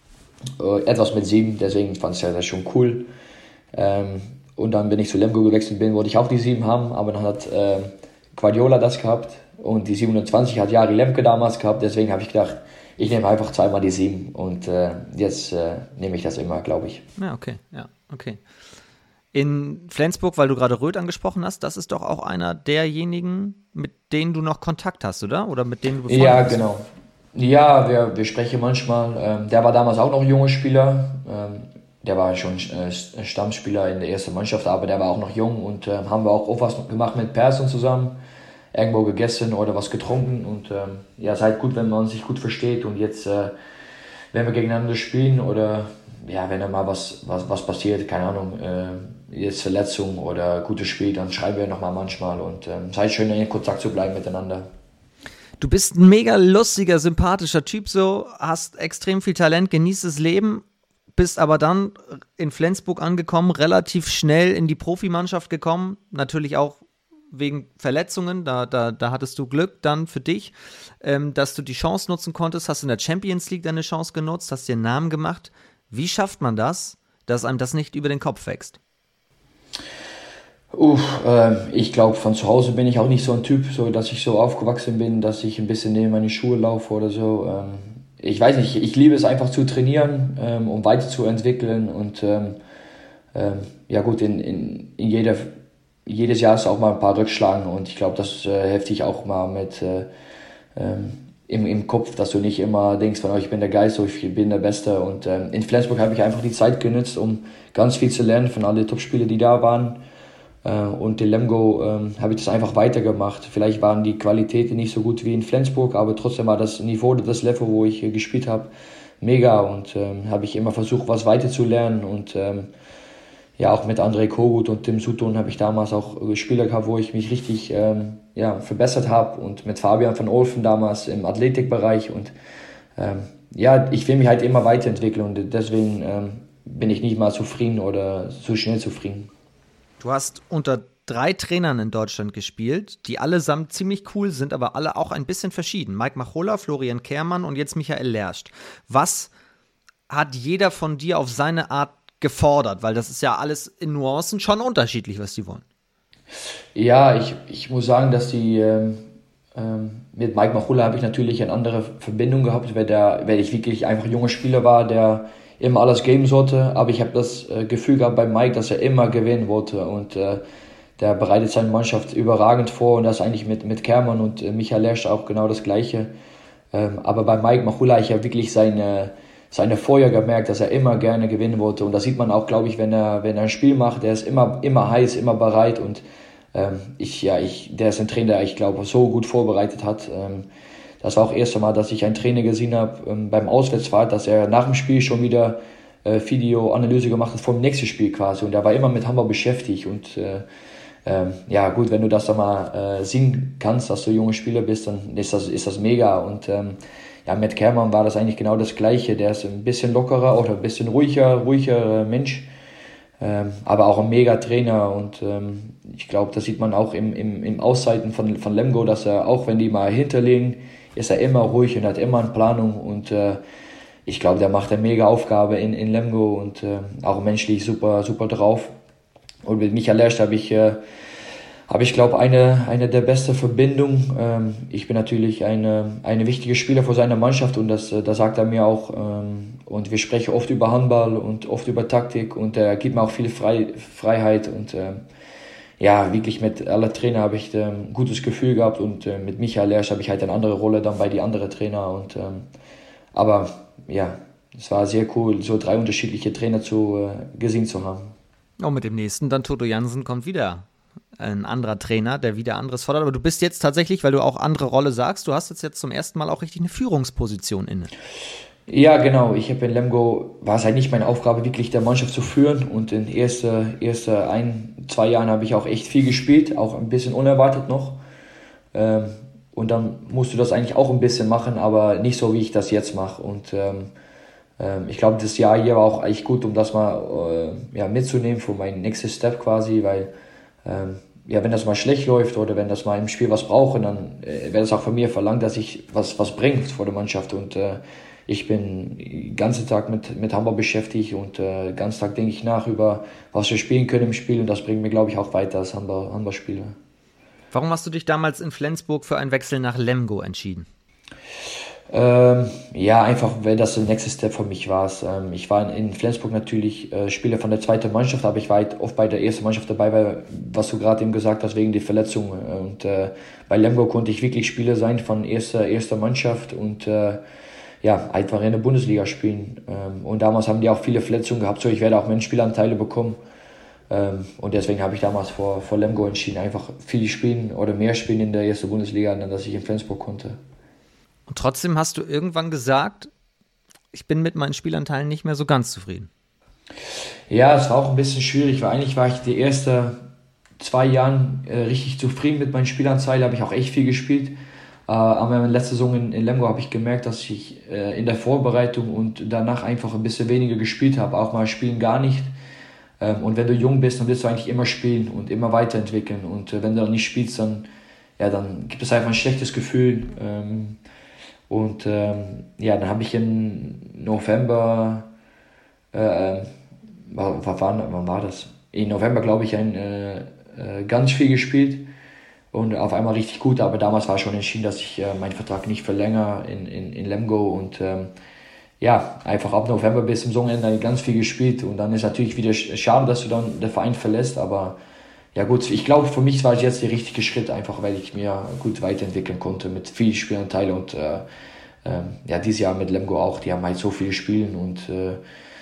äh, etwas mit sieben, deswegen fand ich das schon cool. Ähm, und dann, wenn ich zu Lemgo gewechselt bin, wollte ich auch die sieben haben, aber dann hat äh, Guardiola das gehabt und die siebenundzwanzig hat Jari Lemke damals gehabt, deswegen habe ich gedacht, ich nehme einfach zweimal die sieben und äh, jetzt äh, nehme ich das immer, glaube ich. Ja, okay, ja, okay. In Flensburg, weil du gerade Röth angesprochen hast, das ist doch auch einer derjenigen, mit denen du noch Kontakt hast, oder? Oder mit denen du befreundet Ja, bist? genau. Ja, wir, wir sprechen manchmal. Ähm, der war damals auch noch ein junger Spieler. Ähm, der war schon äh, Stammspieler in der ersten Mannschaft, aber der war auch noch jung und äh, haben wir auch oft was gemacht mit Persson zusammen. Irgendwo gegessen oder was getrunken und ähm, ja, es ist halt gut, wenn man sich gut versteht und jetzt, äh, wenn wir gegeneinander spielen oder ja, wenn da mal was, was, was passiert, keine Ahnung, äh, jetzt Verletzung oder gutes Spiel, dann schreiben wir nochmal manchmal und ähm, es ist halt schön, in Kontakt zu bleiben miteinander. Du bist ein mega lustiger, sympathischer Typ, so, hast extrem viel Talent, genießt das Leben, bist aber dann in Flensburg angekommen, relativ schnell in die Profimannschaft gekommen, natürlich auch wegen Verletzungen, da, da, da hattest du Glück dann für dich, ähm, dass du die Chance nutzen konntest, hast in der Champions League deine Chance genutzt, hast dir einen Namen gemacht. Wie schafft man das, dass einem das nicht über den Kopf wächst? Uff, äh, ich glaube, von zu Hause bin ich auch nicht so ein Typ, so dass ich so aufgewachsen bin, dass ich ein bisschen neben meine Schuhe laufe oder so. Ähm, ich weiß nicht, ich liebe es einfach zu trainieren, ähm, um weiterzuentwickeln und ähm, ähm, ja gut, in, in, in jeder, jedes Jahr ist auch mal ein paar Rückschlagen und ich glaube, das äh, hefte ich auch mal mit äh, ähm, im, im Kopf, dass du nicht immer denkst, von, oh, ich bin der Geist, so, ich bin der Beste und ähm, in Flensburg habe ich einfach die Zeit genutzt, um ganz viel zu lernen von allen Topspielern, die da waren. Und in Lemgo ähm, habe ich das einfach weitergemacht. Vielleicht waren die Qualitäten nicht so gut wie in Flensburg, aber trotzdem war das Niveau, das Level, wo ich äh, gespielt habe, mega. Und ähm, habe ich immer versucht, was weiter zu lernen. Und ähm, ja, auch mit André Kogut und Tim Sutton habe ich damals auch Spieler gehabt, wo ich mich richtig ähm, ja, verbessert habe. Und mit Fabian van Olfen damals im Athletikbereich. Und ähm, ja, ich will mich halt immer weiterentwickeln. Und deswegen ähm, bin ich nicht mal zufrieden oder zu schnell zufrieden. Du hast unter drei Trainern in Deutschland gespielt, die allesamt ziemlich cool sind, aber alle auch ein bisschen verschieden. Mike Machola, Florian Kehrmann und jetzt Michael Lercht. Was hat jeder von dir auf seine Art gefordert? Weil das ist ja alles in Nuancen schon unterschiedlich, was die wollen. Ja, ich, ich muss sagen, dass die ähm, ähm, mit Mike Machola habe ich natürlich eine andere Verbindung gehabt, weil, der, weil ich wirklich einfach ein junger Spieler war, der immer alles geben sollte, aber ich habe das äh, Gefühl gehabt bei Mike, dass er immer gewinnen wollte und äh, der bereitet seine Mannschaft überragend vor und das eigentlich mit, mit Kehrmann und äh, Michael Lersch auch genau das Gleiche. Ähm, aber bei Mike Machola, ich habe wirklich seine, seine Feuer gemerkt, dass er immer gerne gewinnen wollte und das sieht man auch, glaube ich, wenn er, wenn er ein Spiel macht, er ist immer, immer heiß, immer bereit und ähm, ich, ja, ich, der ist ein Trainer, der ich glaube, so gut vorbereitet hat. Ähm, Das war auch das erste Mal, dass ich einen Trainer gesehen habe ähm, beim Auswärtsfahrt, dass er nach dem Spiel schon wieder äh, Videoanalyse gemacht hat vom nächsten Spiel quasi. Und er war immer mit Hamburg beschäftigt. Und äh, ähm, ja gut, wenn du das dann mal äh, sehen kannst, dass du junge Spieler bist, dann ist das, ist das mega. Und ähm, ja, mit Kehrmann war das eigentlich genau das Gleiche. Der ist ein bisschen lockerer oder ein bisschen ruhiger, ruhiger Mensch. Ähm, aber auch ein mega Trainer. Und ähm, ich glaube, das sieht man auch im, im, im Auszeiten von, von Lemgo, dass er, auch wenn die mal hinterlegen, ist er immer ruhig und hat immer eine Planung und äh, ich glaube, der macht eine mega Aufgabe in, in Lemgo und äh, auch menschlich super, super drauf. Und mit Michael Lersch habe ich äh, Aber ich glaube, eine, eine der besten Verbindungen. Ähm, ich bin natürlich eine, eine wichtige Spieler für seine Mannschaft und das, das sagt er mir auch. Ähm, und wir sprechen oft über Handball und oft über Taktik und er gibt mir auch viel Frei, Freiheit. Und ähm, ja, wirklich mit aller Trainer habe ich ähm, ein gutes Gefühl gehabt und äh, mit Michael Lersch habe ich halt eine andere Rolle dann bei die anderen Trainer. Und, ähm, aber ja, es war sehr cool, so drei unterschiedliche Trainer zu, äh, gesehen zu haben. Und mit dem nächsten, dann Toto Jansen, kommt wieder ein anderer Trainer, der wieder anderes fordert. Aber du bist jetzt tatsächlich, weil du auch andere Rolle sagst, du hast jetzt, jetzt zum ersten Mal auch richtig eine Führungsposition inne. Ja, genau. Ich habe in Lemgo, war es halt nicht meine Aufgabe, wirklich der Mannschaft zu führen. Und in den ersten erste ein, zwei Jahren habe ich auch echt viel gespielt, auch ein bisschen unerwartet noch. Ähm, und dann musst du das eigentlich auch ein bisschen machen, aber nicht so, wie ich das jetzt mache. Und ähm, ähm, ich glaube, das Jahr hier war auch eigentlich gut, um das mal äh, ja, mitzunehmen für meinen nächsten Step quasi, weil ähm, ja, wenn das mal schlecht läuft oder wenn das mal im Spiel was brauche, dann äh, wäre das auch von mir verlangt, dass ich was, was bringe vor der Mannschaft. Und äh, ich bin den ganzen Tag mit, mit Handball beschäftigt und äh, den ganzen Tag denke ich nach über, was wir spielen können im Spiel und das bringt mir, glaube ich, auch weiter als Handball, Handballspieler. Warum hast du dich damals in Flensburg für einen Wechsel nach Lemgo entschieden? Ähm, ja, einfach, weil das der nächste Step für mich war. Ähm, ich war in Flensburg natürlich äh, Spieler von der zweiten Mannschaft, aber ich war halt oft bei der ersten Mannschaft dabei, weil, was du gerade eben gesagt hast, wegen der Verletzung. Und äh, bei Lemgo konnte ich wirklich Spieler sein von erster, erster Mannschaft und äh, ja, einfach in der Bundesliga spielen. Ähm, und damals haben die auch viele Verletzungen gehabt, so ich werde auch mehr Spielanteile bekommen. Ähm, und deswegen habe ich damals vor, vor Lemgo entschieden, einfach viel spielen oder mehr spielen in der ersten Bundesliga, dann dass ich in Flensburg konnte. Und trotzdem hast du irgendwann gesagt, ich bin mit meinen Spielanteilen nicht mehr so ganz zufrieden. Ja, es war auch ein bisschen schwierig, weil eigentlich war ich die ersten zwei Jahre äh, richtig zufrieden mit meinen Spielanteilen, habe ich auch echt viel gespielt. Äh, aber in der letzten Saison in, in Lemgo habe ich gemerkt, dass ich äh, in der Vorbereitung und danach einfach ein bisschen weniger gespielt habe, auch mal spielen gar nicht. Ähm, und wenn du jung bist, dann willst du eigentlich immer spielen und immer weiterentwickeln. Und äh, wenn du dann nicht spielst, dann, ja, dann gibt es einfach ein schlechtes Gefühl. Ähm, Und ähm, ja, dann habe ich im November, äh, wann, wann war das? Im November, glaube ich, ein, äh, äh, ganz viel gespielt und auf einmal richtig gut. Aber damals war schon entschieden, dass ich äh, meinen Vertrag nicht verlängere in, in, in Lemgo. Und ähm, ja, einfach ab November bis zum Saisonende ganz viel gespielt. Und dann ist natürlich wieder schade, dass du dann den Verein verlässt. Aber ja gut, ich glaube, für mich war es jetzt der richtige Schritt, einfach weil ich mir gut weiterentwickeln konnte mit vielen Spielanteilen und äh, äh, ja, dieses Jahr mit Lemgo auch, die haben halt so viele Spiele und äh,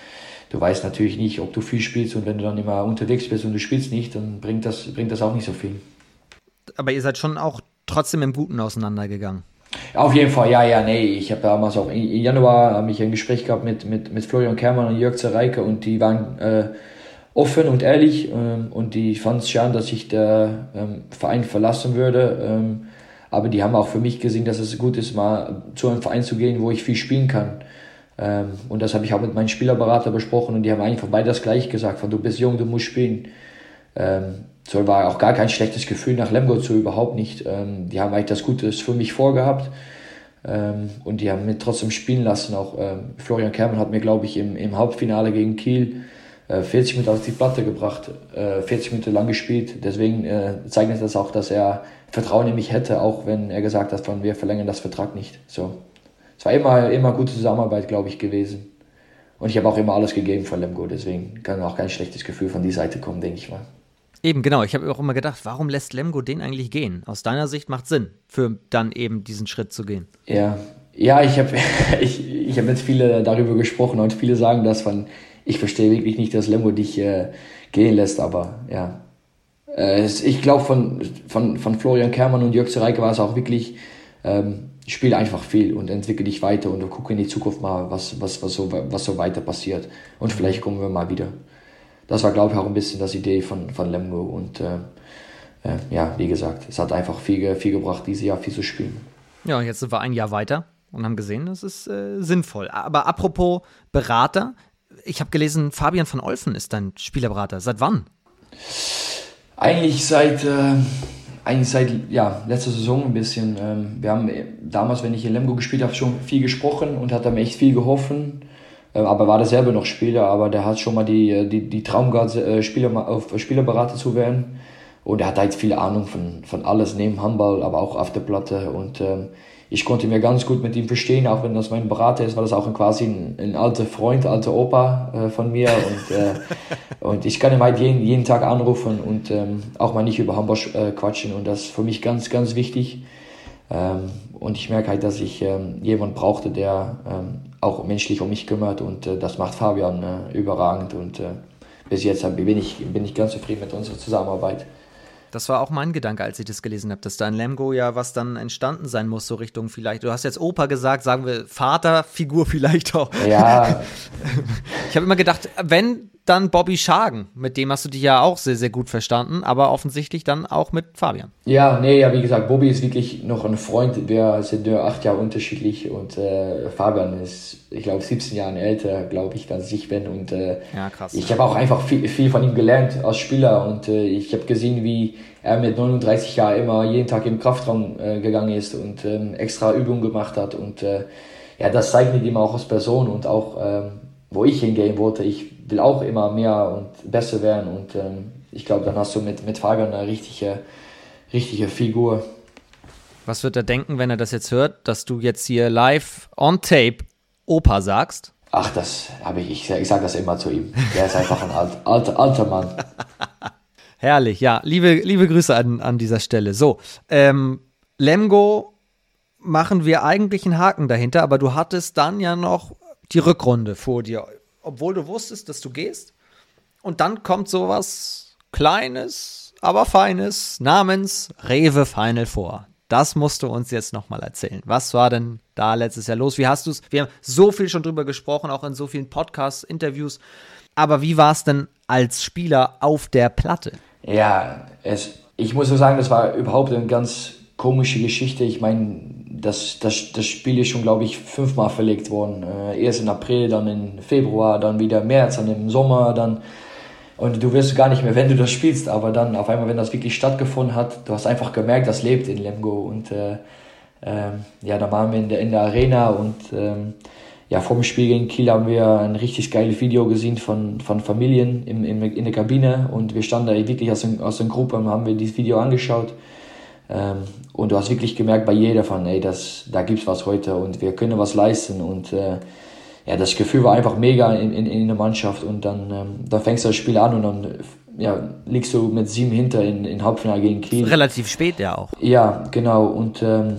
du weißt natürlich nicht, ob du viel spielst und wenn du dann immer unterwegs bist und du spielst nicht, dann bringt das, bringt das auch nicht so viel. Aber ihr seid schon auch trotzdem im Guten auseinandergegangen. Auf jeden Fall, ja, ja, nee, ich habe damals auch, im Januar habe ich ein Gespräch gehabt mit, mit, mit Florian Kermann und Jörg Zereike und die waren äh, offen und ehrlich ähm, und die fanden es schade, dass ich den ähm, Verein verlassen würde, ähm, aber die haben auch für mich gesehen, dass es gut ist, mal zu einem Verein zu gehen, wo ich viel spielen kann. Ähm, und das habe ich auch mit meinem Spielerberater besprochen und die haben einfach beide das gleiche gesagt, von du bist jung, du musst spielen. Ähm, so war auch gar kein schlechtes Gefühl nach Lemgo zu, überhaupt nicht. Ähm, die haben eigentlich das Gute für mich vorgehabt ähm, und die haben mich trotzdem spielen lassen. Auch ähm, Florian Kermann hat mir, glaube ich, im, im Halbfinale gegen Kiel vierzig Minuten auf die Platte gebracht, vierzig Minuten lang gespielt. Deswegen äh, zeigt das auch, dass er Vertrauen in mich hätte, auch wenn er gesagt hat, von wir verlängern das Vertrag nicht. So. Es war immer, immer gute Zusammenarbeit, glaube ich, gewesen. Und ich habe auch immer alles gegeben von Lemgo, deswegen kann auch kein schlechtes Gefühl von die Seite kommen, denke ich mal. Eben, genau. Ich habe auch immer gedacht, warum lässt Lemgo den eigentlich gehen? Aus deiner Sicht macht Sinn, für dann eben diesen Schritt zu gehen. Ja, ja ich habe ich, ich hab mit vielen darüber gesprochen und viele sagen das von, ich verstehe wirklich nicht, dass Lemgo dich äh, gehen lässt, aber ja. Äh, ich glaube, von, von, von Florian Kermann und Jörg Zereike war es auch wirklich, ähm, spiel einfach viel und entwickle dich weiter und gucke in die Zukunft mal, was, was, was, so, was so weiter passiert. Und vielleicht kommen wir mal wieder. Das war, glaube ich, auch ein bisschen das Idee von, von Lemgo und äh, äh, ja, wie gesagt, es hat einfach viel, viel gebracht, dieses Jahr viel zu spielen. Ja, und jetzt sind wir ein Jahr weiter und haben gesehen, das ist äh, sinnvoll. Aber apropos Berater, ich habe gelesen, Fabian van Olphen ist dein Spielerberater. Seit wann? Eigentlich seit, äh, eigentlich seit ja, letzter Saison ein bisschen. Ähm, wir haben damals, wenn ich in Lemgo gespielt habe, schon viel gesprochen und hat mir echt viel geholfen. Äh, aber war der selber noch Spieler, aber der hat schon mal die, die, die Traum gehabt, äh, Spieler, auf Spielerberater zu werden. und er hat halt viel Ahnung von, von alles neben Handball, aber auch auf der Platte. Und ähm, ich konnte mir ganz gut mit ihm verstehen, auch wenn das mein Berater ist, war das auch quasi ein, ein alter Freund, alter Opa äh, von mir. Und, äh, und ich kann ihn halt jeden, jeden Tag anrufen und ähm, auch mal nicht über Handball äh, quatschen. Und das ist für mich ganz, ganz wichtig. Ähm, und ich merke halt, dass ich ähm, jemanden brauchte, der ähm, auch menschlich um mich kümmert. Und äh, das macht Fabian äh, überragend. Und äh, bis jetzt bin ich, bin ich ganz zufrieden mit unserer Zusammenarbeit. Das war auch mein Gedanke, als ich das gelesen habe, dass da in Lemgo ja was dann entstanden sein muss, so Richtung vielleicht, du hast jetzt Opa gesagt, sagen wir Vaterfigur vielleicht auch. Ja. Ich habe immer gedacht, wenn, dann Bobby Schagen, mit dem hast du dich ja auch sehr, sehr gut verstanden, aber offensichtlich dann auch mit Fabian. Ja, nee, ja, wie gesagt, Bobby ist wirklich noch ein Freund, wir sind nur acht Jahre unterschiedlich und äh, Fabian ist, ich glaube, siebzehn Jahre älter, glaube ich, als ich bin und äh, ja, krass. Ich habe auch einfach viel, viel von ihm gelernt als Spieler und äh, ich habe gesehen, wie er mit neununddreißig Jahren immer jeden Tag im Kraftraum äh, gegangen ist und ähm, extra Übungen gemacht hat und äh, ja, das zeichnet ihm auch als Person und auch, ähm, wo ich hingehen wollte, ich will auch immer mehr und besser werden und ähm, ich glaube, dann hast du mit, mit Fabian eine richtige, richtige Figur. Was wird er denken, wenn er das jetzt hört, dass du jetzt hier live on tape Opa sagst? Ach, das habe ich, ich, ich sage das immer zu ihm. Der ist einfach ein alt, alter, alter Mann. Herrlich, ja. Liebe, liebe Grüße an, an dieser Stelle. So, ähm, Lemgo machen wir eigentlich einen Haken dahinter, aber du hattest dann ja noch die Rückrunde vor dir, obwohl du wusstest, dass du gehst. Und dann kommt sowas Kleines, aber Feines namens Rewe Final Four. Das musst du uns jetzt nochmal erzählen. Was war denn da letztes Jahr los? Wie hast du es? Wir haben so viel schon drüber gesprochen, auch in so vielen Podcasts, Interviews. Aber wie war es denn als Spieler auf der Platte? Ja, es, ich muss so sagen, das war überhaupt eine ganz komische Geschichte. Ich meine, das, das, das Spiel ist schon, glaube ich, fünfmal verlegt worden. Äh, erst im April, dann im Februar, dann wieder März, dann im Sommer, dann und du wirst gar nicht mehr, wenn du das spielst, aber dann auf einmal, wenn das wirklich stattgefunden hat, du hast einfach gemerkt, das lebt in Lemgo und äh, äh, ja, da waren wir in der, in der Arena und ähm, ja, vor dem Spiel gegen Kiel haben wir ein richtig geiles Video gesehen von, von Familien im, im, in der Kabine und wir standen da wirklich aus, aus der Gruppe und haben wir dieses Video angeschaut ähm, und du hast wirklich gemerkt bei jeder von, ey, das, da gibt's was heute und wir können was leisten und äh, ja, das Gefühl war einfach mega in, in, in der Mannschaft und dann, ähm, dann fängst du das Spiel an und dann ja, liegst du mit sieben hinter in, in Halbfinale gegen Kiel. Relativ spät ja auch. Ja, genau und ähm,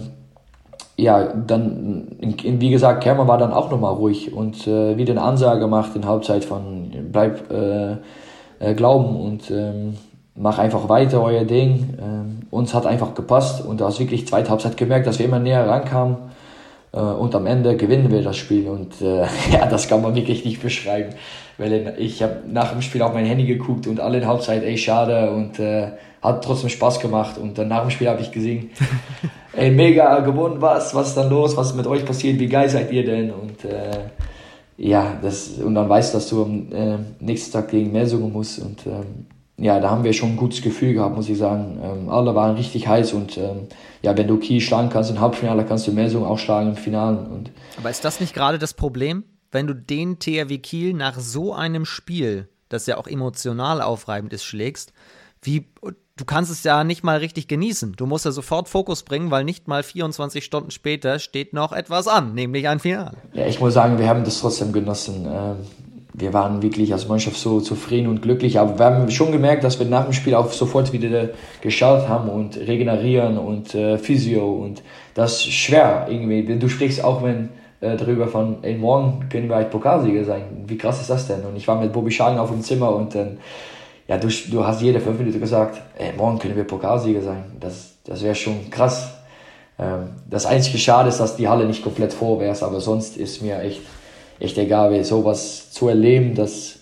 ja, dann, in, in, wie gesagt, Kermann war dann auch nochmal ruhig und äh, wieder eine Ansage gemacht in Halbzeit von bleib äh, äh, glauben und ähm, mach einfach weiter euer Ding. Ähm, uns hat einfach gepasst und du hast wirklich zweite Halbzeit gemerkt, dass wir immer näher rankamen. Und am Ende gewinnen wir das Spiel und äh, ja, das kann man wirklich nicht beschreiben, weil ich habe nach dem Spiel auf mein Handy geguckt und alle in Halbzeit, ey, schade und äh, hat trotzdem Spaß gemacht und dann nach dem Spiel habe ich gesehen, ey, mega gewonnen, was, was ist dann los, was ist mit euch passiert, wie geil seid ihr denn und äh, ja, das, und dann weißt du, dass du am äh, nächsten Tag gegen Melsungen musst und ähm, ja, da haben wir schon ein gutes Gefühl gehabt, muss ich sagen. Ähm, alle waren richtig heiß und ähm, ja, wenn du Kiel schlagen kannst im Halbfinale, kannst du Melsungen auch schlagen im Finale. Und aber ist das nicht gerade das Problem, wenn du den T H W Kiel nach so einem Spiel, das ja auch emotional aufreibend ist, schlägst, wie du kannst es ja nicht mal richtig genießen. Du musst ja sofort Fokus bringen, weil nicht mal vierundzwanzig Stunden später steht noch etwas an, nämlich ein Finale. Ja, ich muss sagen, wir haben das trotzdem genossen. Ähm, Wir waren wirklich als Mannschaft so zufrieden und glücklich, aber wir haben schon gemerkt, dass wir nach dem Spiel auch sofort wieder geschaut haben und regenerieren und äh, Physio und das ist schwer irgendwie. Du sprichst auch wenn, äh, darüber von, ey, morgen können wir halt Pokalsieger sein. Wie krass ist das denn? Und ich war mit Bobby Schagen auf dem Zimmer und dann, ja, du, du hast jede fünf Minuten gesagt, ey, morgen können wir Pokalsieger sein. Das, das wäre schon krass. Ähm, das einzige Schade ist, dass die Halle nicht komplett voll wäre, aber sonst ist mir echt echt egal, wie sowas zu erleben, das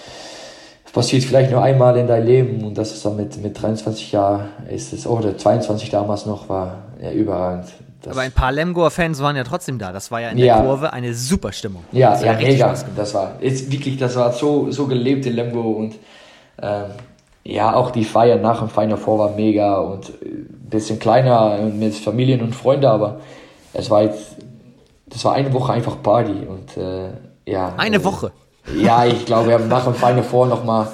passiert vielleicht nur einmal in deinem Leben und das ist dann mit, mit dreiundzwanzig Jahren, ist es, oder zweiundzwanzig damals noch, war ja überragend. Das aber ein paar Lemgoer Fans waren ja trotzdem da, das war ja in der ja. Kurve eine super Stimmung. Ja, ja, mega, das war, ist wirklich, das war so, so gelebt in Lemgo und ähm, ja, auch die Feier nach dem Final Four war mega und ein bisschen kleiner mit Familien und Freunden, aber es war jetzt das war eine Woche einfach Party und äh, ja. Eine äh, Woche? Ja, ich glaube, wir haben nach dem Final Four nochmal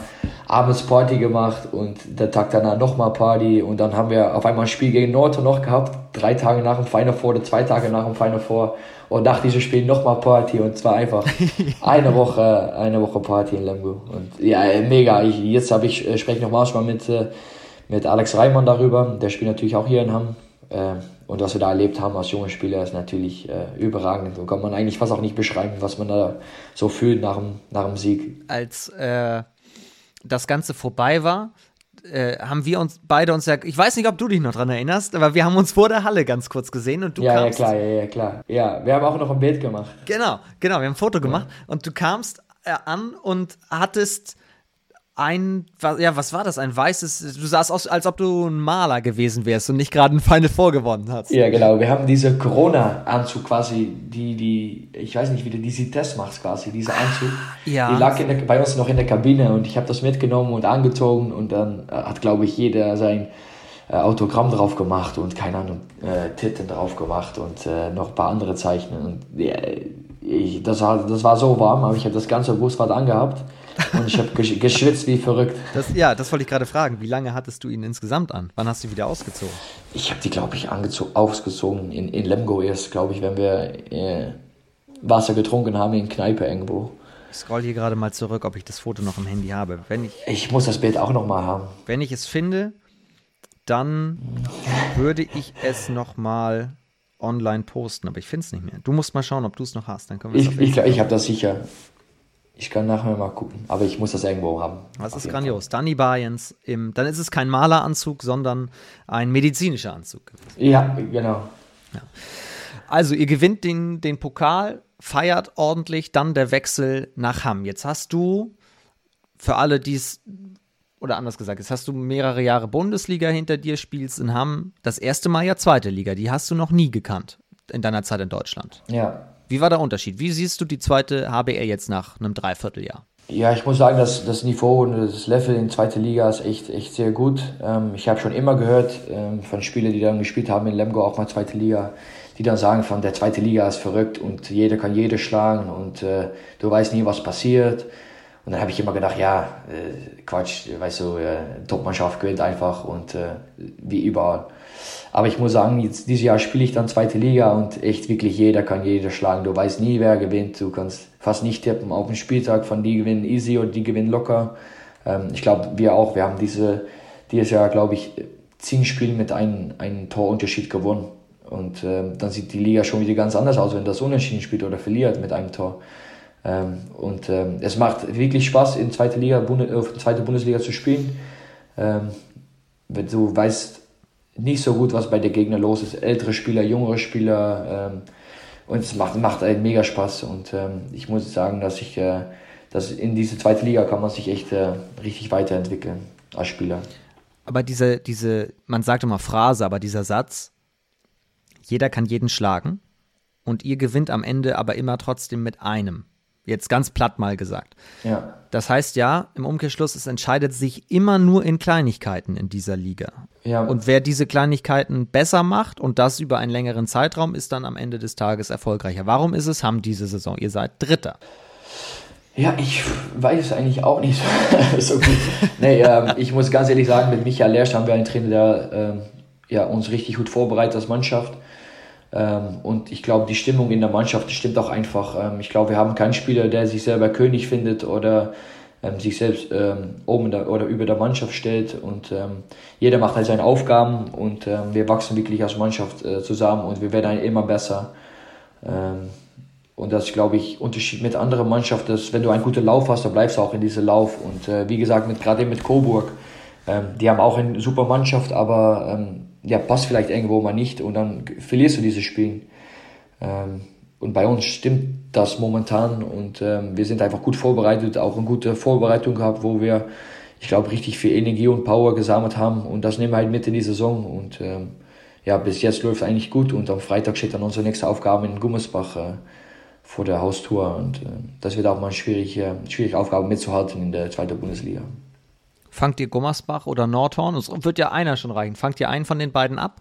abends Party gemacht und der Tag danach nochmal Party und dann haben wir auf einmal ein Spiel gegen Norton noch gehabt, drei Tage nach dem Final Four oder zwei Tage nach dem Final Four und nach diesem Spiel nochmal Party und zwar einfach eine Woche, eine Woche Party in Lemgo und ja, mega. Ich, jetzt habe ich, spreche noch manchmal mit, mit Alex Reimann darüber, der spielt natürlich auch hier in Hamm. Und was wir da erlebt haben als junge Spieler ist natürlich äh, überragend. So kann man eigentlich fast auch nicht beschreiben, was man da so fühlt nach dem, nach dem Sieg. Als äh, das Ganze vorbei war, äh, haben wir uns beide uns ja, ich weiß nicht, ob du dich noch dran erinnerst, aber wir haben uns vor der Halle ganz kurz gesehen und du ja, kamst. Ja, klar, ja, ja, klar. Ja, wir haben auch noch ein Bild gemacht. Genau, genau, wir haben ein Foto gemacht ja. Und du kamst äh, an und hattest ein, ja, was war das? Ein weißes, du sahst aus, als ob du ein Maler gewesen wärst und nicht gerade ein Final Four gewonnen hast. Ja, genau. Wir haben diese Corona-Anzug quasi, die, die, ich weiß nicht, wie du diesen Test machst quasi, dieser Anzug. Ja. Die lag in der, bei uns noch in der Kabine und ich habe das mitgenommen und angezogen und dann hat, glaube ich, jeder sein äh, Autogramm drauf gemacht und, keine Ahnung, äh, Titten drauf gemacht und äh, noch ein paar andere Zeichen. Und ja, ich, das, war, das war so warm, aber ich habe das ganze Brustrad angehabt. Und ich habe geschwitzt wie verrückt. Das, ja, das wollte ich gerade fragen. Wie lange hattest du ihn insgesamt an? Wann hast du wieder ausgezogen? Ich habe die, glaube ich, angezo- ausgezogen in, in Lemgo erst, glaube ich, wenn wir äh, Wasser getrunken haben in Kneipe irgendwo. Ich scroll hier gerade mal zurück, ob ich das Foto noch im Handy habe. Wenn ich, ich muss das Bild auch noch mal haben. Wenn ich es finde, dann würde ich es noch mal online posten. Aber ich finde es nicht mehr. Du musst mal schauen, ob du es noch hast. Dann können wir es Ich, ich, ich habe das sicher. Ich kann nachher mal gucken, aber ich muss das irgendwo haben. Das ist grandios. Danny Bayens, im, dann ist es kein Maleranzug, sondern ein medizinischer Anzug. Ja, genau. Ja. Also ihr gewinnt den, den Pokal, feiert ordentlich, dann der Wechsel nach Hamm. Jetzt hast du, für alle, die es, oder anders gesagt, jetzt hast du mehrere Jahre Bundesliga hinter dir, spielst in Hamm, das erste Mal ja zweite Liga, die hast du noch nie gekannt in deiner Zeit in Deutschland. Ja. Wie war der Unterschied? Wie siehst du die zweite H B L jetzt nach einem Dreivierteljahr? Ja, ich muss sagen, dass das Niveau und das Level in zweiter Liga ist echt, echt sehr gut. Ähm, ich habe schon immer gehört ähm, von Spielern, die dann gespielt haben in Lemgo, auch mal zweite Liga, die dann sagen, von der zweite Liga ist verrückt und jeder kann jede schlagen und äh, du weißt nie, was passiert. Und dann habe ich immer gedacht, ja, äh, Quatsch, weißt du, äh, Topmannschaft gewinnt einfach und äh, wie überall. Aber ich muss sagen, jetzt, dieses Jahr spiele ich dann zweite Liga und echt wirklich jeder kann jeder schlagen. Du weißt nie, wer gewinnt. Du kannst fast nicht tippen auf den Spieltag, von die gewinnen easy oder die gewinnen locker. Ähm, ich glaube, wir auch. Wir haben diese, dieses Jahr, glaube ich, zehn Spiele mit einem, einem Torunterschied gewonnen. Und ähm, dann sieht die Liga schon wieder ganz anders aus, wenn das unentschieden spielt oder verliert mit einem Tor. Ähm, und ähm, es macht wirklich Spaß, in zweiter Liga, Bunde, äh, zweite Bundesliga zu spielen. Ähm, wenn du weißt nicht so gut, was bei der Gegner los ist. Ältere Spieler, jüngere Spieler. Ähm, und es macht, macht einen mega Spaß. Und ähm, ich muss sagen, dass ich, äh, dass in diese zweite Liga kann man sich echt äh, richtig weiterentwickeln als Spieler. Aber diese, diese, man sagt immer Phrase, aber dieser Satz, jeder kann jeden schlagen und ihr gewinnt am Ende aber immer trotzdem mit einem. Jetzt ganz platt mal gesagt. Ja. Das heißt ja, im Umkehrschluss, es entscheidet sich immer nur in Kleinigkeiten in dieser Liga. Ja. Und wer diese Kleinigkeiten besser macht und das über einen längeren Zeitraum, ist dann am Ende des Tages erfolgreicher. Warum ist es Hamm diese Saison? Ihr seid Dritter. Ja, ich weiß es eigentlich auch nicht so gut. Nee, ähm, ich muss ganz ehrlich sagen, mit Michael Lersch haben wir einen Trainer, der ähm, ja, uns richtig gut vorbereitet als Mannschaft. Ähm, und ich glaube, die Stimmung in der Mannschaft, die stimmt auch einfach. Ähm, ich glaube, wir haben keinen Spieler, der sich selber König findet oder ähm, sich selbst ähm, oben der, oder über der Mannschaft stellt. Und ähm, jeder macht halt seine Aufgaben und ähm, wir wachsen wirklich als Mannschaft äh, zusammen und wir werden immer besser. Ähm, und das ist, glaube ich, Unterschied mit anderen Mannschaften, dass wenn du einen guten Lauf hast, dann bleibst du auch in diesem Lauf. Und äh, wie gesagt, mit, gerade mit Coburg, ähm, die haben auch eine super Mannschaft, aber ähm, ja, passt vielleicht irgendwo mal nicht und dann verlierst du dieses Spiel. Ähm, und bei uns stimmt das momentan und ähm, wir sind einfach gut vorbereitet, auch eine gute Vorbereitung gehabt, wo wir, ich glaube, richtig viel Energie und Power gesammelt haben und das nehmen wir halt mit in die Saison und ähm, ja, bis jetzt läuft es eigentlich gut und am Freitag steht dann unsere nächste Aufgabe in Gummersbach äh, vor der Haustür und äh, das wird auch mal eine schwierige, schwierige Aufgabe mitzuhalten in der zweiten Bundesliga. Fangt ihr Gummersbach oder Nordhorn? Es wird ja einer schon reichen. Fangt ihr einen von den beiden ab?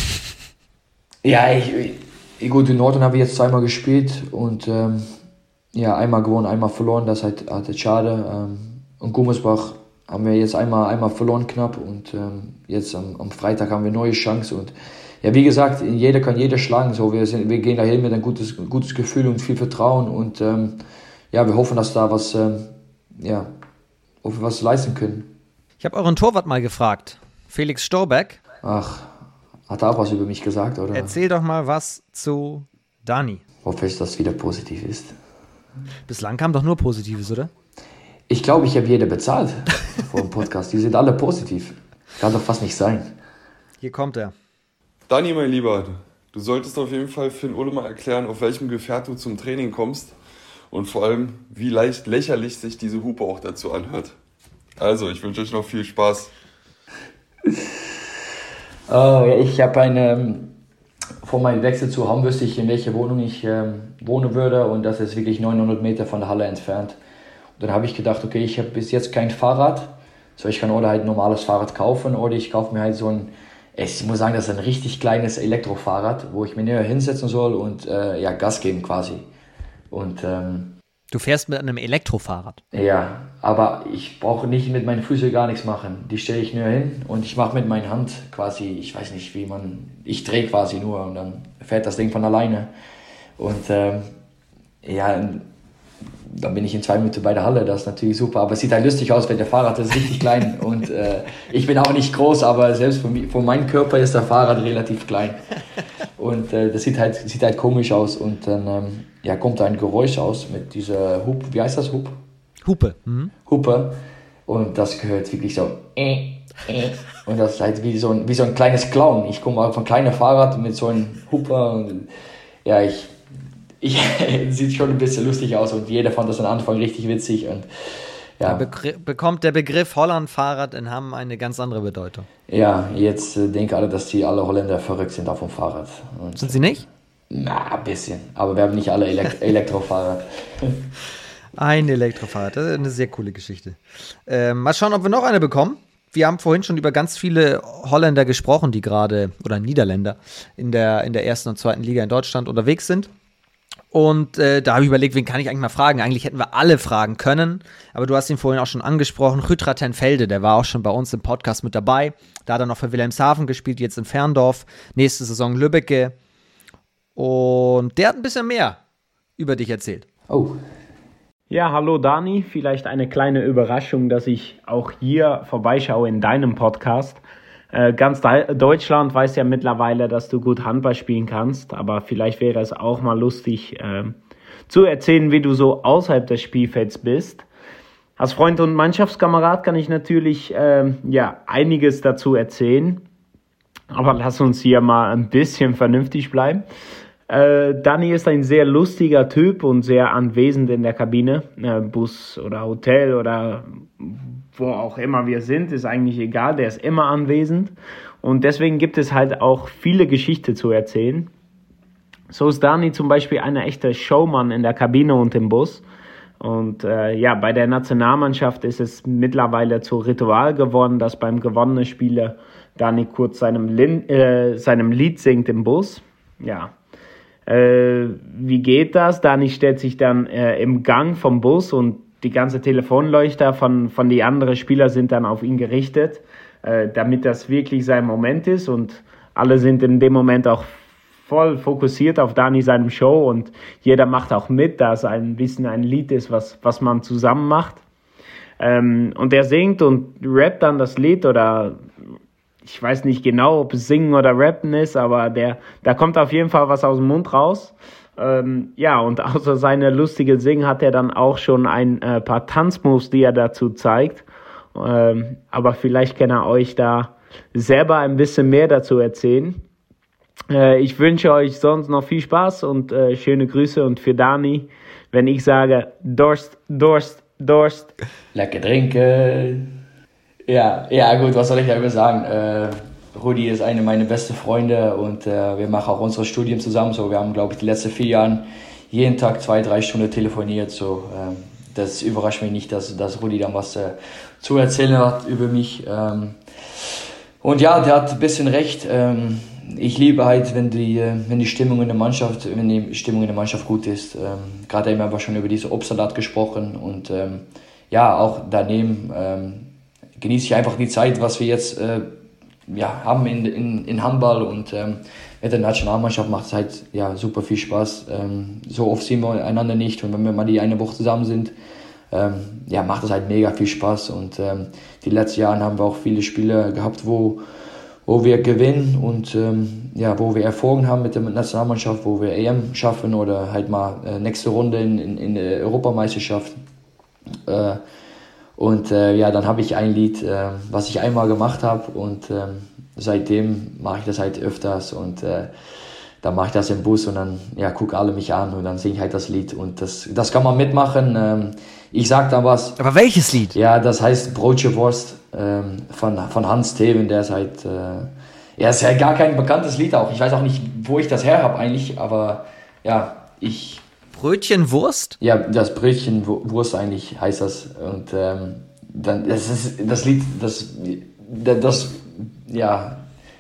Ja, ich, ich, gut, in Nordhorn habe ich jetzt zweimal gespielt und ähm, ja, einmal gewonnen, einmal verloren, das ist halt, halt schade. Ähm, und Gummersbach haben wir jetzt einmal, einmal verloren knapp und ähm, jetzt am, am Freitag haben wir eine neue Chance und ja, wie gesagt, jeder kann jeder schlagen, so, wir, sind, wir gehen dahin mit ein gutes, gutes Gefühl und viel Vertrauen und ähm, ja, wir hoffen, dass da was, ähm, ja, ob wir was leisten können. Ich habe euren Torwart mal gefragt, Felix Storbeck. Ach, hat er auch was über mich gesagt, oder? Erzähl doch mal was zu Dani. Hoffe ich, dass es wieder positiv ist. Bislang kam doch nur Positives, oder? Ich glaube, ich habe jeder bezahlt vor dem Podcast. Die sind alle positiv. Kann doch fast nicht sein. Hier kommt er. Dani, mein Lieber, du solltest auf jeden Fall Finn Ulle mal erklären, auf welchem Gefährt du zum Training kommst und vor allem, wie leicht lächerlich sich diese Hupe auch dazu anhört. Also, ich wünsche euch noch viel Spaß. Oh, ich habe eine, vor meinem Wechsel zu Hamm wüsste ich, in welcher Wohnung ich ähm, wohnen würde und das ist wirklich neunhundert Meter von der Halle entfernt. Und dann habe ich gedacht, okay, ich habe bis jetzt kein Fahrrad, so ich kann oder halt ein normales Fahrrad kaufen oder ich kaufe mir halt so ein, ich muss sagen, das ist ein richtig kleines Elektrofahrrad, wo ich mir näher hinsetzen soll und äh, ja, Gas geben quasi. Und ähm, du fährst mit einem Elektrofahrrad? Ja, aber ich brauche nicht mit meinen Füßen gar nichts machen. Die stelle ich nur hin und ich mache mit meiner Hand quasi, ich weiß nicht wie man, ich drehe quasi nur und dann fährt das Ding von alleine. Und ähm, ja, dann bin ich in zwei Minuten bei der Halle, das ist natürlich super. Aber es sieht halt lustig aus, weil der Fahrrad ist richtig klein und äh, ich bin auch nicht groß, aber selbst von, von meinem Körper ist der Fahrrad relativ klein. Und äh, das sieht halt, sieht halt komisch aus und dann ähm, ja, kommt da ein Geräusch aus mit dieser Hupe, wie heißt das, Hupe? Hupe. Mhm. Hupe. Und das gehört wirklich so äh, äh. Und das ist halt wie so ein, wie so ein kleines Clown. Ich komme auf ein kleines Fahrrad mit so einem Hupe und ja, ich Ich, sieht schon ein bisschen lustig aus und jeder fand das am Anfang richtig witzig. Und, ja. Da begr- bekommt der Begriff Holland-Fahrrad in Hamm eine ganz andere Bedeutung. Ja, jetzt äh, denken alle, dass die alle Holländer verrückt sind auf dem Fahrrad. Und, sind sie nicht? Na, ein bisschen. Aber wir haben nicht alle Elekt- Elektrofahrrad. Ein Elektrofahrrad, das ist eine sehr coole Geschichte. Ähm, mal schauen, ob wir noch eine bekommen. Wir haben vorhin schon über ganz viele Holländer gesprochen, die gerade, oder Niederländer, in der, in der ersten und zweiten Liga in Deutschland unterwegs sind. Und äh, da habe ich überlegt, wen kann ich eigentlich mal fragen? Eigentlich hätten wir alle fragen können, aber du hast ihn vorhin auch schon angesprochen. Rütra ten Velde, der war auch schon bei uns im Podcast mit dabei. Da hat er noch für Wilhelmshaven gespielt, jetzt in Ferndorf. Nächste Saison Lübbecke. Und der hat ein bisschen mehr über dich erzählt. Oh. Ja, hallo Dani. Vielleicht eine kleine Überraschung, dass ich auch hier vorbeischaue in deinem Podcast. Äh, ganz De- Deutschland weiß ja mittlerweile, dass du gut Handball spielen kannst, aber vielleicht wäre es auch mal lustig äh, zu erzählen, wie du so außerhalb des Spielfelds bist. Als Freund und Mannschaftskamerad kann ich natürlich äh, ja einiges dazu erzählen, aber lass uns hier mal ein bisschen vernünftig bleiben. Äh, Dani ist ein sehr lustiger Typ und sehr anwesend in der Kabine, äh, Bus oder Hotel oder wo auch immer wir sind, ist eigentlich egal, der ist immer anwesend und deswegen gibt es halt auch viele Geschichten zu erzählen. So ist Dani zum Beispiel ein echter Showmann in der Kabine und im Bus und äh, ja, bei der Nationalmannschaft ist es mittlerweile zu Ritual geworden, dass beim gewonnenen Spieler Dani kurz seinem, Lin- äh, seinem Lied singt im Bus. Ja, äh, wie geht das? Dani stellt sich dann äh, im Gang vom Bus und die ganze Telefonleuchter von, von die anderen Spieler sind dann auf ihn gerichtet, äh, damit das wirklich sein Moment ist und alle sind in dem Moment auch voll fokussiert auf Dani seinem Show und jeder macht auch mit, da es ein bisschen ein Lied ist, was, was man zusammen macht. Ähm, und er singt und rappt dann das Lied oder ich weiß nicht genau, ob es Singen oder Rappen ist, aber der, da kommt auf jeden Fall was aus dem Mund raus. Ähm, ja, und außer seine lustige Singen hat er dann auch schon ein äh, paar Tanzmoves, die er dazu zeigt. Ähm, aber vielleicht kann er euch da selber ein bisschen mehr dazu erzählen. Äh, ich wünsche euch sonst noch viel Spaß und äh, schöne Grüße. Und für Dani, wenn ich sage Durst, Durst, Durst. Lecker trinken. Ja, ja gut, was soll ich darüber sagen? Äh, Rudi ist eine meiner besten Freunde und äh, wir machen auch unsere Studien zusammen. So, wir haben, glaube ich, die letzten vier Jahre jeden Tag zwei, drei Stunden telefoniert. So, äh, das überrascht mich nicht, dass, dass Rudi dann was äh, zu erzählen hat über mich. Ähm, und ja, der hat ein bisschen recht. Ähm, ich liebe halt, wenn die, wenn die Stimmung in der Mannschaft, wenn die Stimmung in der Mannschaft gut ist. Ähm, Gerade eben haben wir schon über diese Obstsalat gesprochen und ähm, ja, auch daneben ähm, genieße ich einfach die Zeit, was wir jetzt äh, ja, haben in, in, in Handball und ähm, mit der Nationalmannschaft macht es halt ja, super viel Spaß. Ähm, so oft sehen wir einander nicht und wenn wir mal die eine Woche zusammen sind, ähm, ja, macht es halt mega viel Spaß und ähm, die letzten Jahre haben wir auch viele Spiele gehabt, wo wo wir gewinnen und ähm, ja, wo wir Erfolge haben mit der Nationalmannschaft, wo wir E M schaffen oder halt mal äh, nächste Runde in, in, in der Europameisterschaft. Äh, und äh, ja, dann habe ich ein Lied, äh, was ich einmal gemacht habe und äh, seitdem mache ich das halt öfters und äh, dann mache ich das im Bus und dann ja, gucken alle mich an und dann singe ich halt das Lied und das, das kann man mitmachen. Ähm, ich sag da was. Aber welches Lied? Ja, das heißt Brotje Wurst ähm, von, von Hans Theven, der ist halt, äh, ja, ist ja gar kein bekanntes Lied auch. Ich weiß auch nicht, wo ich das her habe eigentlich, aber ja, ich... Brötchen Wurst? Ja, das Brötchen Wurst eigentlich heißt das und ähm, dann, das ist das Lied, das, das, das ja,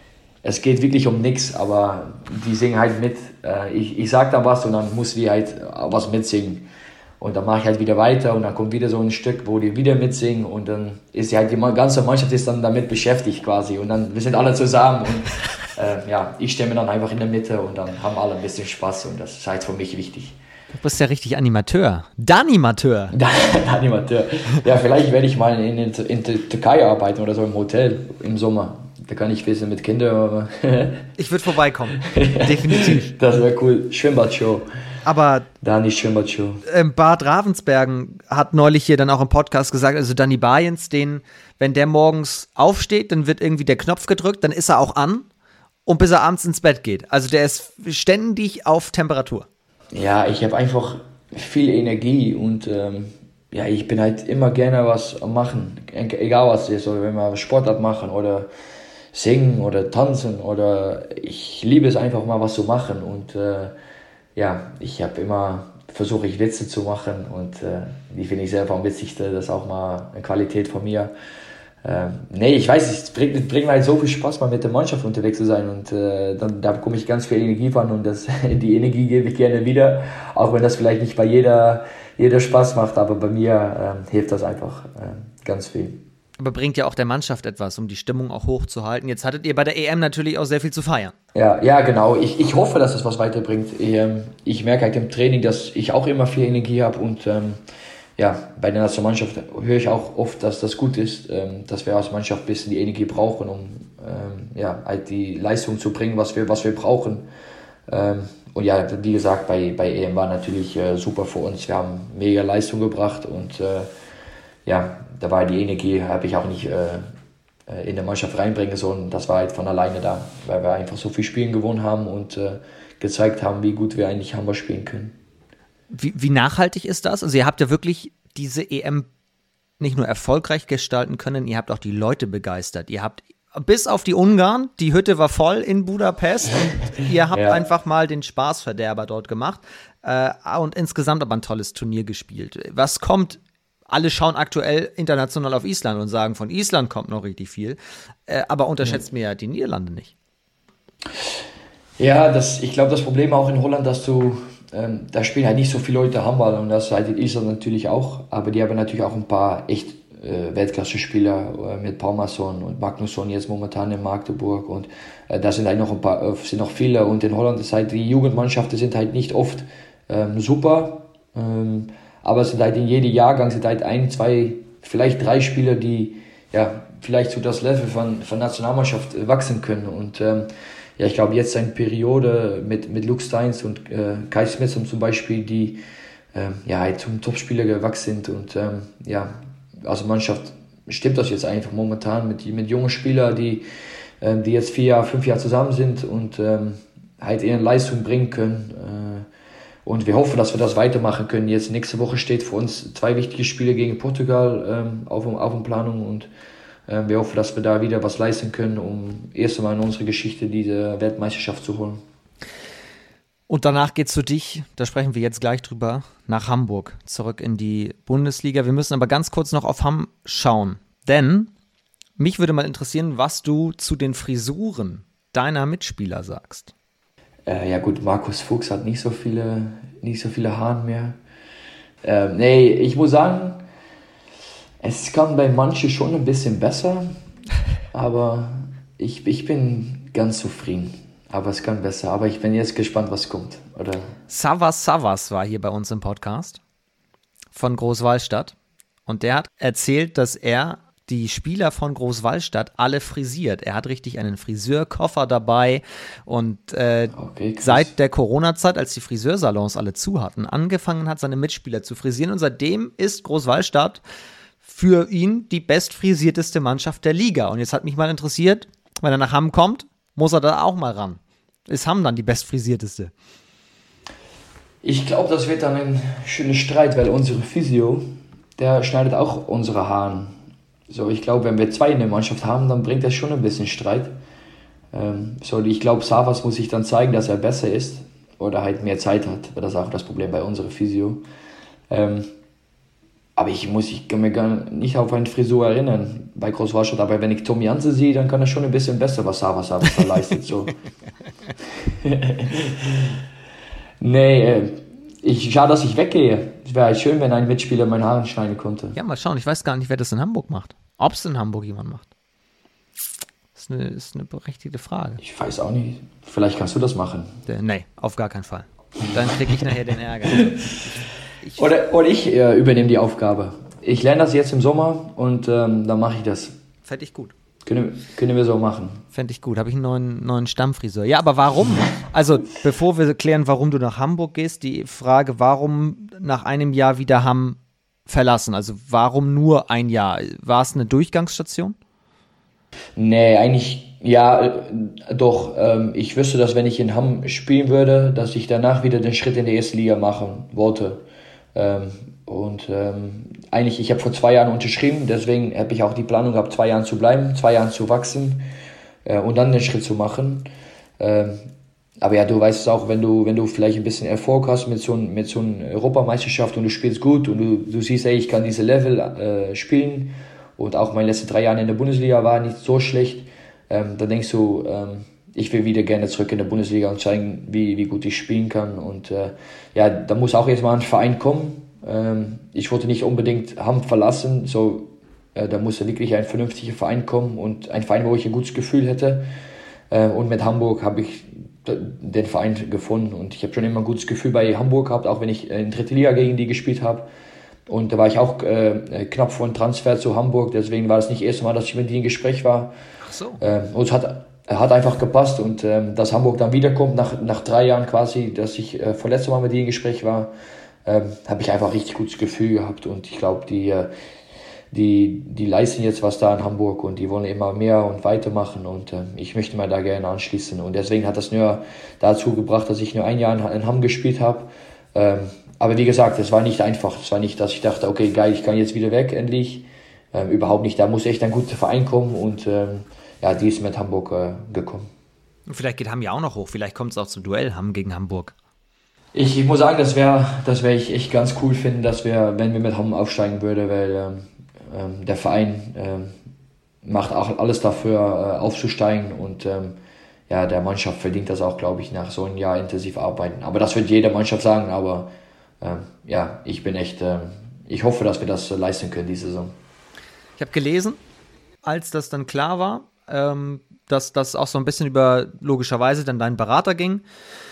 es geht wirklich um nichts, aber die singen halt mit. Äh, ich, ich sag da was und dann muss die halt was mitsingen. Und dann mache ich halt wieder weiter und dann kommt wieder so ein Stück, wo die wieder mitsingen und dann ist die halt die ganze Mannschaft ist dann damit beschäftigt quasi und dann wir sind alle zusammen und äh, ja, ich stehe mir dann einfach in der Mitte und dann haben alle ein bisschen Spaß und das ist halt für mich wichtig. Du bist ja richtig Animateur. Danimateur. Danimateur. Ja, vielleicht werde ich mal in, in, in der Türkei arbeiten oder so im Hotel im Sommer. Da kann ich ein bisschen mit Kindern. Ich würde vorbeikommen. Definitiv. Das wäre cool. Schwimmbadshow. Aber Dani Schwimmbadshow. Ähm, Bart Ravensbergen hat neulich hier dann auch im Podcast gesagt, also Dani Bayens, den, wenn der morgens aufsteht, dann wird irgendwie der Knopf gedrückt, dann ist er auch an und bis er abends ins Bett geht. Also der ist ständig auf Temperatur. Ja, ich habe einfach viel Energie und ähm, ja, ich bin halt immer gerne was am machen, egal was es ist, oder wenn wir Sportart machen oder singen oder tanzen oder ich liebe es einfach mal was zu machen und äh, ja, ich habe immer versuche ich Witze zu machen und äh, die finde ich selber am witzigsten, das ist auch mal eine Qualität von mir. Ähm, nee, ich weiß, es bringt, es bringt mir halt so viel Spaß, mal mit der Mannschaft unterwegs zu sein und äh, dann, da bekomme ich ganz viel Energie von und das, die Energie gebe ich gerne wieder, auch wenn das vielleicht nicht bei jeder, jeder Spaß macht, aber bei mir ähm, hilft das einfach äh, ganz viel. Aber bringt ja auch der Mannschaft etwas, um die Stimmung auch hochzuhalten. Jetzt hattet ihr bei der E M natürlich auch sehr viel zu feiern. Ja, ja, genau. Ich, ich hoffe, dass es was weiterbringt. Ich, ähm, ich merke halt im Training, dass ich auch immer viel Energie habe und ähm, ja, bei der Nationalmannschaft höre ich auch oft, dass das gut ist, ähm, dass wir als Mannschaft ein bisschen die Energie brauchen, um ähm, ja, halt die Leistung zu bringen, was wir, was wir brauchen. Ähm, und ja, wie gesagt, bei, bei E M war natürlich äh, super für uns. Wir haben mega Leistung gebracht und äh, ja, da war die Energie, habe ich auch nicht äh, in der Mannschaft reinbringen sollen. Das war halt von alleine da, weil wir einfach so viel Spielen gewonnen haben und äh, gezeigt haben, wie gut wir eigentlich Handball spielen können. Wie, wie nachhaltig ist das? Also ihr habt ja wirklich diese E M nicht nur erfolgreich gestalten können, ihr habt auch die Leute begeistert. Ihr habt bis auf die Ungarn, die Hütte war voll in Budapest und ihr habt ja. einfach mal den Spaßverderber dort gemacht äh, und insgesamt aber ein tolles Turnier gespielt. Was kommt? Alle schauen aktuell international auf Island und sagen, von Island kommt noch richtig viel, äh, aber unterschätzt mir ja die Niederlande nicht. Ja, das, ich glaube, das Problem auch in Holland, dass du Ähm, da spielen halt nicht so viele Leute Handball und das halt in Island natürlich auch, aber die haben natürlich auch ein paar echt äh, Weltklasse-Spieler äh, mit Palmason und Magnusson jetzt momentan in Magdeburg und äh, da sind halt noch ein paar, äh, sind noch viele und in Holland ist halt, die Jugendmannschaften sind halt nicht oft ähm, super, ähm, aber es sind halt in jedem Jahrgang sind halt ein, zwei, vielleicht drei Spieler, die ja vielleicht zu das Level von, von Nationalmannschaft äh, wachsen können und ähm, ja, ich glaube, jetzt eine Periode mit, mit Luke Steins und äh, Kai Smith zum Beispiel, die ähm, ja, halt zum Topspieler gewachsen sind. Und ähm, ja, als Mannschaft stimmt das jetzt einfach momentan mit, mit jungen Spielern, die, ähm, die jetzt vier Jahre, fünf Jahre zusammen sind und ähm, halt ihre Leistung bringen können. Äh, und wir hoffen, dass wir das weitermachen können. Jetzt nächste Woche steht für uns zwei wichtige Spiele gegen Portugal ähm, auf, auf der Planung und wir hoffen, dass wir da wieder was leisten können, um erst einmal in unserer Geschichte diese Weltmeisterschaft zu holen. Und danach geht's für dich, da sprechen wir jetzt gleich drüber, nach Hamburg, zurück in die Bundesliga. Wir müssen aber ganz kurz noch auf Hamm schauen, denn mich würde mal interessieren, was du zu den Frisuren deiner Mitspieler sagst. Äh, ja gut, Markus Fuchs hat nicht so viele, nicht so viele Haare mehr. Ähm, nee, ich muss sagen, es kann bei manchen schon ein bisschen besser, aber ich, ich bin ganz zufrieden. Aber es kann besser. Aber ich bin jetzt gespannt, was kommt. Oder? Savas Savas war hier bei uns im Podcast von Großwallstadt. Und der hat erzählt, dass er die Spieler von Großwallstadt alle frisiert. Er hat richtig einen Friseurkoffer dabei. Und äh, okay, seit der Corona-Zeit, als die Friseursalons alle zu hatten, angefangen hat, seine Mitspieler zu frisieren. Und seitdem ist Großwallstadt für ihn die bestfrisierteste Mannschaft der Liga. Und jetzt hat mich mal interessiert, wenn er nach Hamm kommt, muss er da auch mal ran. Ist Hamm dann die bestfrisierteste? Ich glaube, das wird dann ein schöner Streit, weil unsere Physio, der schneidet auch unsere Haare. So, ich glaube, wenn wir zwei in der Mannschaft haben, dann bringt das schon ein bisschen Streit. Ähm, so, ich glaube, Savas muss sich dann zeigen, dass er besser ist oder halt mehr Zeit hat. Das ist auch das Problem bei unserer Physio. Ähm, aber ich muss, ich kann mir gar nicht auf eine Frisur erinnern bei Großwallstadt. Aber wenn ich Tom Janse sehe, dann kann er schon ein bisschen besser, was Savas da leistet. So. Nee, äh, ich, schade, dass ich weggehe. Es wäre halt schön, wenn ein Mitspieler meine Haare schneiden konnte. Ja, mal schauen. Ich weiß gar nicht, wer das in Hamburg macht. Ob es in Hamburg jemand macht. Das ist eine, ist eine berechtigte Frage. Ich weiß auch nicht. Vielleicht kannst du das machen. Der, nee, auf gar keinen Fall. Dann kriege ich nachher den Ärger. Ich, oder, oder ich äh, übernehme die Aufgabe. Ich lerne das jetzt im Sommer und ähm, dann mache ich das. Fände ich gut. Können, können wir so machen. Fände ich gut. Habe ich einen neuen, neuen Stammfriseur. Ja, aber warum? Also, bevor wir klären, warum du nach Hamburg gehst, die Frage, warum nach einem Jahr wieder Hamm verlassen? Also, warum nur ein Jahr? War es eine Durchgangsstation? Nee, eigentlich, ja, äh, doch. Ähm, ich wüsste, dass wenn ich in Hamm spielen würde, dass ich danach wieder den Schritt in die erste Liga machen wollte. Ähm, Und ähm, eigentlich, ich habe vor zwei Jahren unterschrieben, deswegen habe ich auch die Planung gehabt, zwei Jahren zu bleiben, zwei Jahren zu wachsen äh, und dann den Schritt zu machen. Ähm, aber ja, du weißt es auch, wenn du, wenn du vielleicht ein bisschen Erfolg hast mit so, mit so einer Europameisterschaft und du spielst gut und du, du siehst, ey, ich kann diese Level äh, spielen und auch meine letzten drei Jahre in der Bundesliga war nicht so schlecht, ähm, dann denkst du, ähm, ich will wieder gerne zurück in der Bundesliga und zeigen, wie, wie gut ich spielen kann. Und äh, ja, da muss auch erstmal ein Verein kommen. Ich wollte nicht unbedingt Hamm verlassen, so, äh, da musste wirklich ein vernünftiger Verein kommen und ein Verein, wo ich ein gutes Gefühl hätte. Äh, und mit Hamburg habe ich den Verein gefunden und ich habe schon immer ein gutes Gefühl bei Hamburg gehabt, auch wenn ich in dritte Liga gegen die gespielt habe. Und da war ich auch äh, knapp vor einem Transfer zu Hamburg, deswegen war das nicht das erste Mal, dass ich mit denen im Gespräch war. Ach so. Äh, und es hat, hat einfach gepasst und äh, dass Hamburg dann wiederkommt, nach, nach drei Jahren quasi, dass ich äh, vorletztes Mal mit denen im Gespräch war, Ähm, habe ich einfach ein richtig gutes Gefühl gehabt und ich glaube, die, die, die leisten jetzt was da in Hamburg und die wollen immer mehr und weitermachen und äh, ich möchte mal da gerne anschließen und deswegen hat das nur dazu gebracht, dass ich nur ein Jahr in, in Hamm gespielt habe. Ähm, aber wie gesagt, es war nicht einfach. Es war nicht, dass ich dachte, okay, geil, ich kann jetzt wieder weg, endlich. Ähm, überhaupt nicht. Da muss echt ein guter Verein kommen und ähm, ja, die ist mit Hamburg äh, gekommen. Vielleicht geht Hamm ja auch noch hoch. Vielleicht kommt es auch zum Duell Hamm gegen Hamburg. Ich, ich muss sagen, das wäre das wär ich echt ganz cool finden, dass wir, wenn wir mit Hamm aufsteigen würden, weil ähm, ähm, der Verein ähm, macht auch alles dafür, äh, aufzusteigen und ähm, ja, der Mannschaft verdient das auch, glaube ich, nach so einem Jahr intensiv arbeiten. Aber das wird jede Mannschaft sagen, aber ähm, ja, ich bin echt, ähm, ich hoffe, dass wir das äh, leisten können diese Saison. Ich habe gelesen, als das dann klar war, ähm, dass das auch so ein bisschen über, logischerweise, dann deinen Berater ging,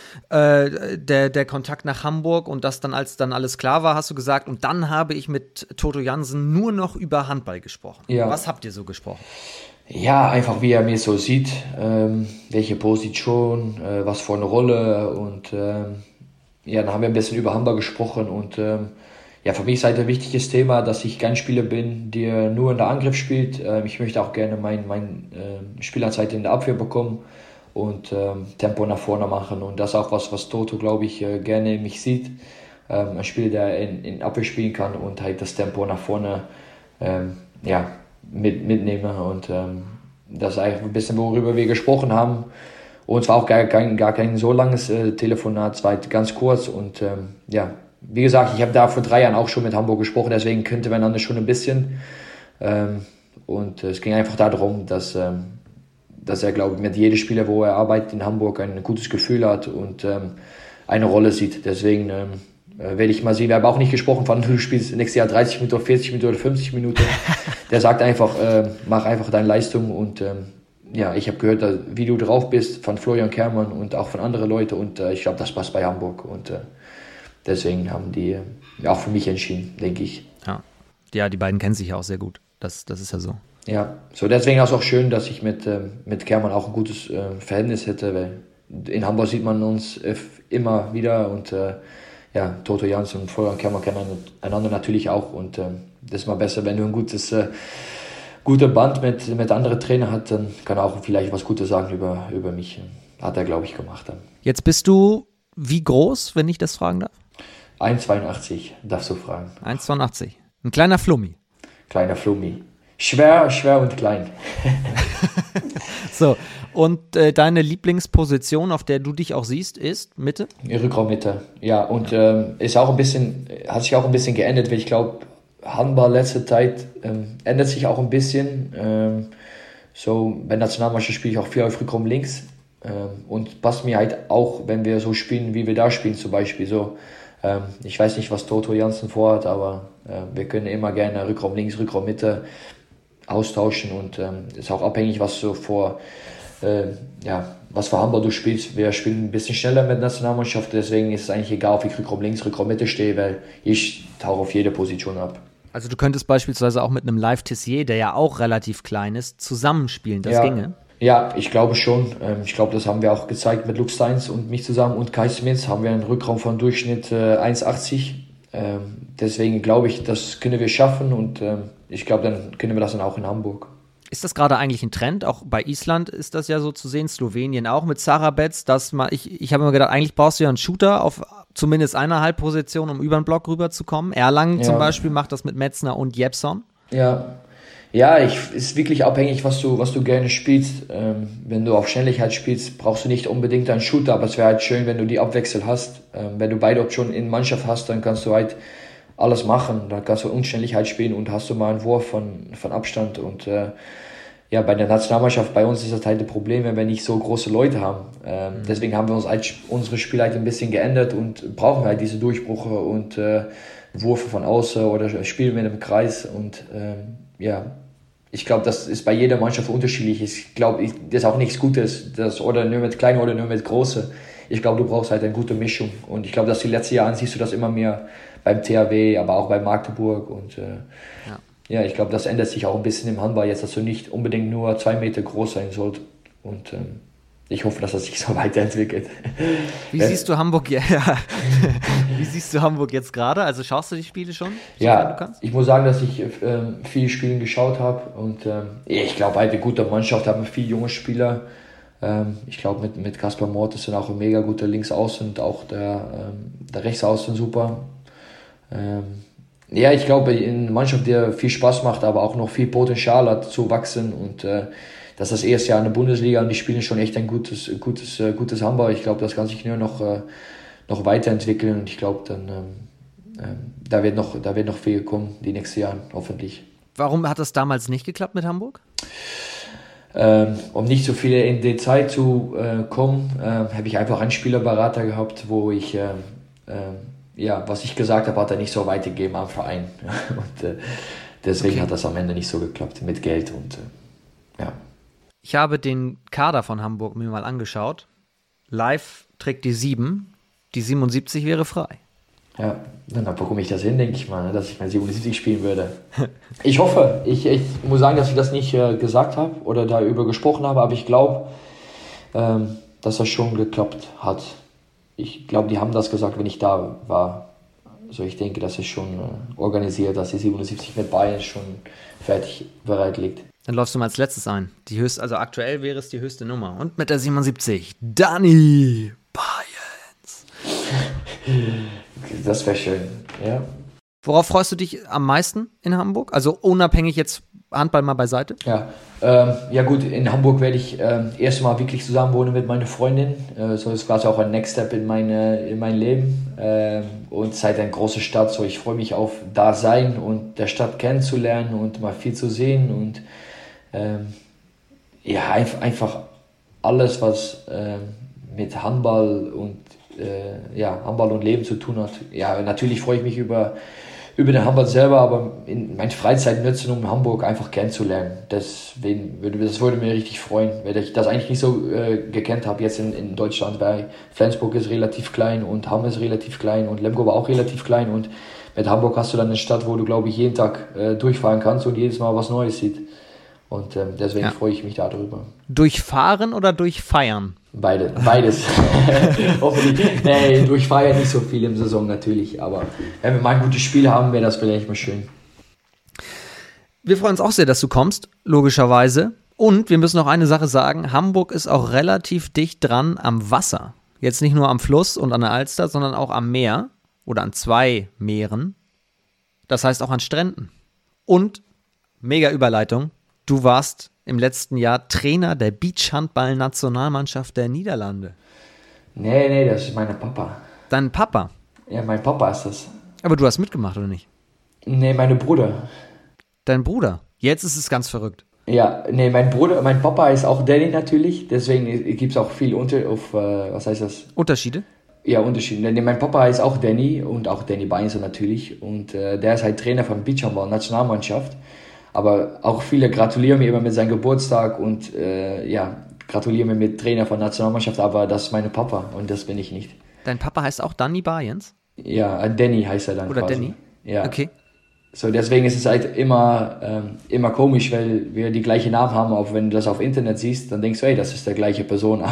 Äh, der, der Kontakt nach Hamburg und das dann, als dann alles klar war, hast du gesagt, und dann habe ich mit Toto Jansen nur noch über Handball gesprochen. Ja. Was habt ihr so gesprochen? Ja, einfach wie er mich so sieht, ähm, welche Position, äh, was für eine Rolle und ähm, ja, dann haben wir ein bisschen über Handball gesprochen und ähm, ja, für mich ist halt ein wichtiges Thema, dass ich kein Spieler bin, der nur in der Angriff spielt. Ähm, ich möchte auch gerne mein, mein äh, Spielerzeit in der Abwehr bekommen und ähm, Tempo nach vorne machen und das ist auch was, was Toto, glaube ich, äh, gerne in mich sieht. Ähm, ein Spieler, der in, in Abwehr spielen kann und halt das Tempo nach vorne ähm, ja, mit, mitnehmen und ähm, das ist eigentlich ein bisschen, worüber wir gesprochen haben und es war auch gar kein, gar kein so langes äh, Telefonat, es war halt ganz kurz und ähm, ja, wie gesagt, ich habe da vor drei Jahren auch schon mit Hamburg gesprochen, deswegen könnte man anders schon ein bisschen ähm, und es ging einfach darum, dass ähm, dass er, glaube ich, mit jedem Spieler, wo er arbeitet in Hamburg, ein gutes Gefühl hat und ähm, eine Rolle sieht. Deswegen ähm, äh, werde ich mal sehen. Wir haben auch nicht gesprochen von, du spielst nächstes Jahr dreißig Minuten, oder vierzig Minuten oder fünfzig Minuten. Der sagt einfach, äh, mach einfach deine Leistung und ähm, ja, ich habe gehört, wie du drauf bist von Florian Kehrmann und auch von anderen Leuten und äh, ich glaube, das passt bei Hamburg und äh, deswegen haben die äh, auch für mich entschieden, denke ich. Ja. ja, die beiden kennen sich ja auch sehr gut, das, das ist ja so. Ja, so deswegen ist es auch schön, dass ich mit, äh, mit Kehrmann auch ein gutes äh, Verhältnis hätte, weil in Hamburg sieht man uns äh, immer wieder und äh, ja, Toto Jansen und Florian Kehrmann kennen einander natürlich auch und äh, das ist mal besser, wenn du ein gutes äh, guter Band mit, mit anderen Trainern hat, dann kann er auch vielleicht was Gutes sagen über, über mich. Hat er, glaube ich, gemacht dann. Jetzt bist du wie groß, wenn ich das fragen darf? eins Komma zweiundachtzig, darfst du fragen. eins Komma zweiundachtzig. Ein kleiner Flummi. Kleiner Flummi. Schwer, schwer und klein. So, und äh, deine Lieblingsposition, auf der du dich auch siehst, ist Mitte? Rückraummitte, ja. Und ähm, ist auch ein bisschen, hat sich auch ein bisschen geändert, weil ich glaube, Handball letzte Zeit ähm, ändert sich auch ein bisschen. Ähm, so bei Nationalmannschaft spiele ich auch viel auf Rückraum links ähm, und passt mir halt auch, wenn wir so spielen, wie wir da spielen zum Beispiel. So, ähm, ich weiß nicht, was Toto Jansen vorhat, aber äh, wir können immer gerne Rückraum links, Rückraum Mitte austauschen und ähm, ist auch abhängig, was so vor äh, ja, was für Handball du spielst. Wir spielen ein bisschen schneller mit der Nationalmannschaft, deswegen ist es eigentlich egal, ob ich Rückraum links, Rückraum Mitte stehe, weil ich tauche auf jede Position ab. Also du könntest beispielsweise auch mit einem Live Tissier, der ja auch relativ klein ist, zusammenspielen, das ja. ginge? Ja, ich glaube schon. Ich glaube, das haben wir auch gezeigt mit Luke Steins und mich zusammen und Kai Smits haben wir einen Rückraum von Durchschnitt eins Komma achtzig. Deswegen glaube ich, das können wir schaffen und ich glaube, dann können wir das dann auch in Hamburg. Ist das gerade eigentlich ein Trend? Auch bei Island ist das ja so zu sehen, Slowenien auch mit Sarabets, dass man, ich, ich habe mir gedacht, eigentlich brauchst du ja einen Shooter auf zumindest einer Halbposition, um über den Block rüberzukommen. Erlangen ja. zum Beispiel macht das mit Metzner und Jepson. Ja, ja, ich, ist wirklich abhängig, was du, was du gerne spielst. Ähm, wenn du auf Schnelligkeit spielst, brauchst du nicht unbedingt einen Shooter, aber es wäre halt schön, wenn du die Abwechsel hast. Ähm, wenn du beide Optionen in Mannschaft hast, dann kannst du halt alles machen. Dann kannst du Unschnelligkeit spielen und hast du mal einen Wurf von, von Abstand. Und äh, ja, bei der Nationalmannschaft, bei uns ist das halt ein Problem, wenn wir nicht so große Leute haben. Ähm, mhm. Deswegen haben wir uns halt unsere Spiel halt ein bisschen geändert und brauchen halt diese Durchbrüche und äh, Würfe von außen oder spielen wir in einem Kreis. Und ähm, ja, ich glaube, das ist bei jeder Mannschaft unterschiedlich. Ich glaube, das ist auch nichts Gutes, das oder nur mit Kleinen oder nur mit Großen. Ich glaube, du brauchst halt eine gute Mischung. Und ich glaube, dass die letzten Jahre siehst du das immer mehr beim T H W, aber auch bei Magdeburg. Und äh, ja. ja, ich glaube, das ändert sich auch ein bisschen im Handball jetzt, dass du nicht unbedingt nur zwei Meter groß sein sollst. Und ähm, ich hoffe, dass das sich so weiterentwickelt. Wie siehst du Hamburg? Ja, wie siehst du Hamburg jetzt gerade? Also schaust du die Spiele schon? Ja, du kannst? Ich muss sagen, dass ich ähm, viele Spiele geschaut habe und ähm, ich glaube, halt eine gute Mannschaft, haben viele junge Spieler. Ähm, ich glaube, mit, mit Kaspar Mortis sind auch ein mega guter Linksaußen und auch der, ähm, der Rechtsaußen super. Ähm, ja, ich glaube, in einer Mannschaft, die viel Spaß macht, aber auch noch viel Potenzial hat zu wachsen und äh, das ist das erste Jahr in der Bundesliga und die spielen schon echt ein gutes, gutes, äh, gutes Handball. Ich glaube, das kann sich nur noch, äh, noch weiterentwickeln und ich glaube, dann ähm, ähm, da wird noch, da wird noch viel kommen die nächsten Jahre, hoffentlich. Warum hat das damals nicht geklappt mit Hamburg? Ähm, um nicht so viele in Detail zu äh, kommen, äh, habe ich einfach einen Spielerberater gehabt, wo ich, äh, äh, ja, was ich gesagt habe, hat er nicht so weitergegeben am Verein. und äh, deswegen okay. hat das am Ende nicht so geklappt mit Geld und äh, ja. Ich habe den Kader von Hamburg mir mal angeschaut. Live trägt die sieben, die siebenundsiebzig wäre frei. Ja, dann bekomme ich das hin, denke ich mal, dass ich mal siebenundsiebzig spielen würde. Ich hoffe, ich, ich muss sagen, dass ich das nicht äh, gesagt habe oder darüber gesprochen habe, aber ich glaube, ähm, dass das schon geklappt hat. Ich glaube, die haben das gesagt, wenn ich da war. Also ich denke, das ist schon äh, organisiert, dass die siebenundsiebzig mit Bayern schon fertig bereit liegt. Dann läufst du mal als letztes ein. Die höchste, also aktuell wäre es die höchste Nummer. Und mit der siebenundsiebzig, Dani Bayerns. Das wäre schön, ja. Worauf freust du dich am meisten in Hamburg? Also unabhängig jetzt Handball mal beiseite? Ja, ähm, ja gut, in Hamburg werde ich ähm, erst mal wirklich zusammen wohnen mit meiner Freundin. Äh, so ist quasi auch ein Next Step in, meine, in mein Leben. Ähm, und es ist halt eine große Stadt, so ich freue mich auf da sein und der Stadt kennenzulernen und mal viel zu sehen und ähm, ja, einfach alles, was äh, mit Handball und äh, ja, Handball und Leben zu tun hat. Ja, natürlich freue ich mich über, über den Handball selber, aber in meine Freizeit nutzen, um Hamburg einfach kennenzulernen. Deswegen würde, das würde mir richtig freuen, weil ich das eigentlich nicht so äh, gekannt habe jetzt in, in Deutschland, weil Flensburg ist relativ klein und Hamm ist relativ klein und Lemgo war auch relativ klein und mit Hamburg hast du dann eine Stadt, wo du, glaube ich, jeden Tag äh, durchfahren kannst und jedes Mal was Neues sieht. Und ähm, deswegen ja. freue ich mich darüber. Durchfahren oder durchfeiern? Beide, beides. Hoffentlich. Nee, durchfeiern nicht so viel im Saison natürlich, aber wenn wir mal ein gutes Spiel haben, wäre das vielleicht mal schön. Wir freuen uns auch sehr, dass du kommst, logischerweise. Und wir müssen noch eine Sache sagen, Hamburg ist auch relativ dicht dran am Wasser. Jetzt nicht nur am Fluss und an der Alster, sondern auch am Meer oder an zwei Meeren. Das heißt auch an Stränden. Und, mega Überleitung, du warst im letzten Jahr Trainer der Beachhandball-Nationalmannschaft der Niederlande. Nee, nee, das ist mein Papa. Dein Papa? Ja, mein Papa ist das. Aber du hast mitgemacht, oder nicht? Nee, meine Bruder. Dein Bruder? Jetzt ist es ganz verrückt. Ja, nee, mein Bruder, mein Papa ist auch Danny natürlich, deswegen gibt es auch viel unter, auf, äh, was heißt das? Unterschiede? Ja, Unterschiede. Nee, mein Papa ist auch Danny und auch Danny Beinzer natürlich und äh, der ist halt Trainer von Beachhandball-Nationalmannschaft. Aber auch viele gratulieren mir immer mit seinem Geburtstag und äh, ja, gratulieren mir mit Trainer von Nationalmannschaft, aber das ist meine Papa und das bin ich nicht. Dein Papa heißt auch Danny Barjens? Ja, Danny heißt er dann Oder quasi. Danny? Ja. Okay. So, deswegen ist es halt immer, ähm, immer komisch, weil wir die gleichen Namen haben, auch wenn du das auf Internet siehst, dann denkst du, hey, das ist der gleiche Person,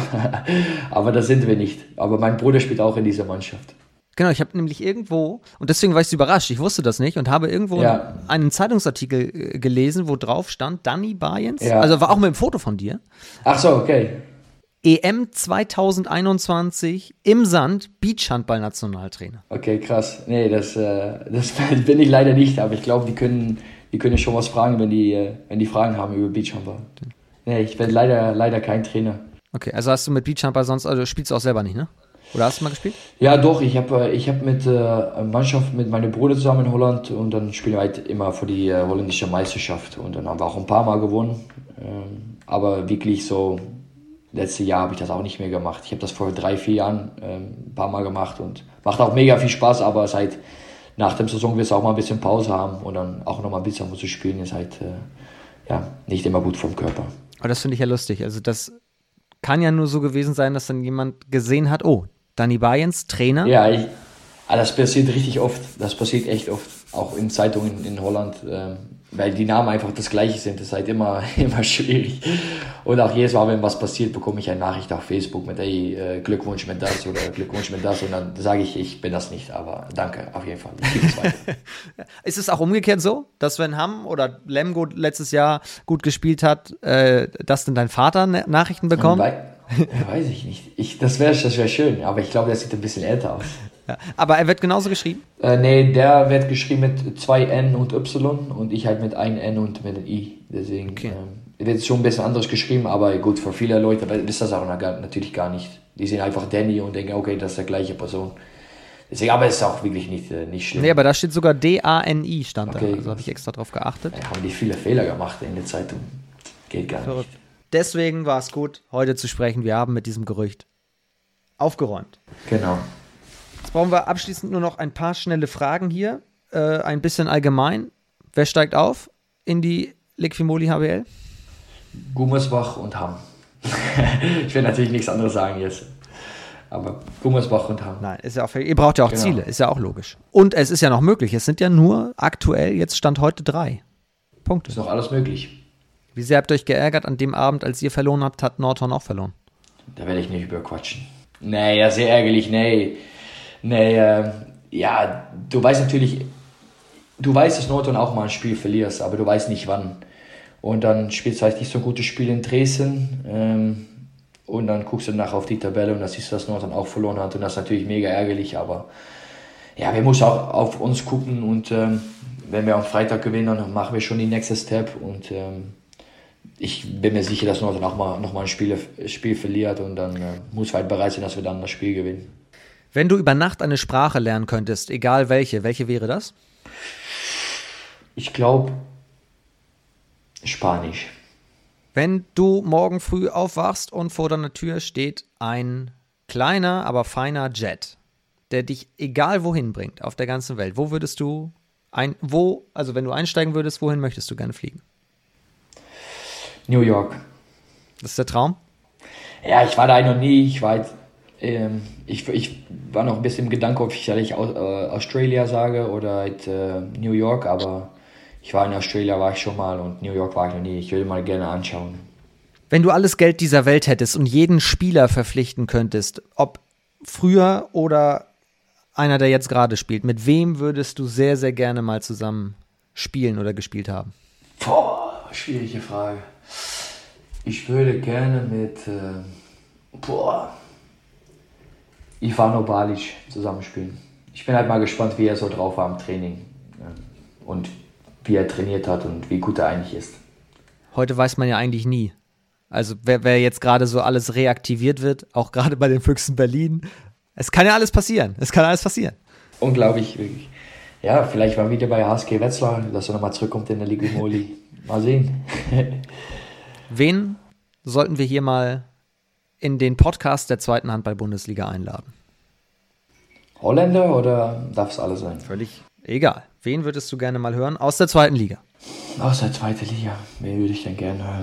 aber das sind wir nicht. Aber mein Bruder spielt auch in dieser Mannschaft. Genau, ich habe nämlich irgendwo, und deswegen war ich so überrascht, ich wusste das nicht und habe irgendwo ja. einen Zeitungsartikel äh, gelesen, wo drauf stand, Danny Barjens, ja. also war auch mit einem Foto von dir. Ach so, okay. E M zwanzig einundzwanzig im Sand, Beachhandball-Nationaltrainer. Okay, krass. Nee, das, äh, das bin ich leider nicht, aber ich glaube, die können, die können schon was fragen, wenn die, äh, wenn die Fragen haben über Beachhandball. Nee, ich bin leider, leider kein Trainer. Okay, also hast du mit Beachhandball sonst, also spielst du auch selber nicht, ne? Oder hast du mal gespielt? Ja, doch. Ich habe ich hab mit äh, Mannschaft mit meinem Bruder zusammen in Holland und dann spielen wir halt immer für die äh, holländische Meisterschaft und dann haben wir auch ein paar Mal gewonnen. Ähm, aber wirklich so, letztes Jahr habe ich das auch nicht mehr gemacht. Ich habe das vor drei, vier Jahren ähm, ein paar Mal gemacht und macht auch mega viel Spaß, aber seit nach der Saison wirst du auch mal ein bisschen Pause haben und dann auch noch mal ein bisschen zu spielen, ist halt äh, ja, nicht immer gut vom Körper. Aber das finde ich ja lustig. Also das kann ja nur so gewesen sein, dass dann jemand gesehen hat, oh, Danny Barjens, Trainer. Ja, ich, das passiert richtig oft. Das passiert echt oft. Auch in Zeitungen in Holland. Ähm, weil die Namen einfach das gleiche sind. Das ist halt immer, immer schwierig. Und auch jedes Mal, wenn was passiert, bekomme ich eine Nachricht auf Facebook mit, hey, äh, Glückwunsch mit das oder Glückwunsch mit das. Und dann sage ich, ich bin das nicht. Aber danke, auf jeden Fall. Ich gebe es weiter. Ist es auch umgekehrt so, dass wenn Hamm oder Lemgo letztes Jahr gut gespielt hat, äh, dass dann dein Vater Nachrichten bekommt? Ja, weiß ich nicht. Ich, das wäre das wär schön, aber ich glaube, der sieht ein bisschen älter aus. Ja, aber er wird genauso geschrieben? Äh, nee, der wird geschrieben mit zwei N und Y und ich halt mit ein N und mit einem I. Deswegen okay. ähm, wird es schon ein bisschen anders geschrieben, aber gut, für viele Leute ist das auch natürlich gar nicht. Die sehen einfach Danny und denken, okay, das ist der gleiche Person. Deswegen, aber es ist auch wirklich nicht, äh, nicht schlimm. Nee, aber da steht sogar D A N I stand okay. da, also habe ich extra drauf geachtet. Ja, haben die viele Fehler gemacht in der Zeitung. Geht gar Verrückt. nicht. Deswegen war es gut, heute zu sprechen. Wir haben mit diesem Gerücht aufgeräumt. Genau. Jetzt brauchen wir abschließend nur noch ein paar schnelle Fragen hier. Äh, ein bisschen allgemein. Wer steigt auf in die Liqui-Moly H B L? Gummersbach und Hamm. Ich will natürlich nichts anderes sagen jetzt. Aber Gummersbach und Hamm. Nein, ist ja auch, ihr braucht ja auch genau. Ziele, ist ja auch logisch. Und es ist ja noch möglich. Es sind ja nur aktuell, jetzt Stand heute drei Punkte. Ist noch alles möglich. Wie sehr habt ihr euch geärgert an dem Abend, als ihr verloren habt, hat Nordhorn auch verloren? Da werde ich nicht überquatschen. Nee, ja, sehr ärgerlich, nee. Nee, äh, ja, du weißt natürlich, du weißt, dass Nordhorn auch mal ein Spiel verlierst, aber du weißt nicht wann. Und dann spielst du halt nicht so ein gutes Spiel in Dresden ähm, und dann guckst du nachher auf die Tabelle und dann siehst du, dass Nordhorn auch verloren hat und das ist natürlich mega ärgerlich, aber ja, wir müssen auch auf uns gucken und ähm, wenn wir am Freitag gewinnen, dann machen wir schon die nächste Step und ähm, ich bin mir sicher, dass Nordhorn auch mal, noch mal ein Spiel, Spiel verliert und dann äh, muss weit bereit sein, dass wir dann das Spiel gewinnen. Wenn du über Nacht eine Sprache lernen könntest, egal welche, welche wäre das? Ich glaube Spanisch. Wenn du morgen früh aufwachst und vor deiner Tür steht ein kleiner, aber feiner Jet, der dich egal wohin bringt, auf der ganzen Welt, wo würdest du ein, wo, also wenn du einsteigen würdest, wohin möchtest du gerne fliegen? New York. Das ist der Traum? Ja, ich war da noch nie. Ich war, ähm, ich, ich war noch ein bisschen im Gedanken, ob ich, ich aus, äh, Australia sage oder halt, äh, New York, aber ich war in Australia, war ich schon mal und New York war ich noch nie. Ich würde mal gerne anschauen. Wenn du alles Geld dieser Welt hättest und jeden Spieler verpflichten könntest, ob früher oder einer, der jetzt gerade spielt, mit wem würdest du sehr, sehr gerne mal zusammen spielen oder gespielt haben? Boah, schwierige Frage. Ich würde gerne mit äh, boah, Ivano Balic zusammenspielen. Ich bin halt mal gespannt, wie er so drauf war im Training und wie er trainiert hat und wie gut er eigentlich ist. Heute weiß man ja eigentlich nie. Also wer, wer jetzt gerade so alles reaktiviert wird, auch gerade bei den Füchsen Berlin, es kann ja alles passieren. Es kann alles passieren. Unglaublich, wirklich. Ja, vielleicht mal wieder bei H S G Wetzlar, dass er nochmal zurückkommt in der Liga Moli. Mal sehen. Wen sollten wir hier mal in den Podcast der zweiten Handball-Bundesliga einladen? Holländer oder darf es alles sein? Völlig egal. Wen würdest du gerne mal hören aus der zweiten Liga? Aus der zweiten Liga. Wen würde ich denn gerne hören?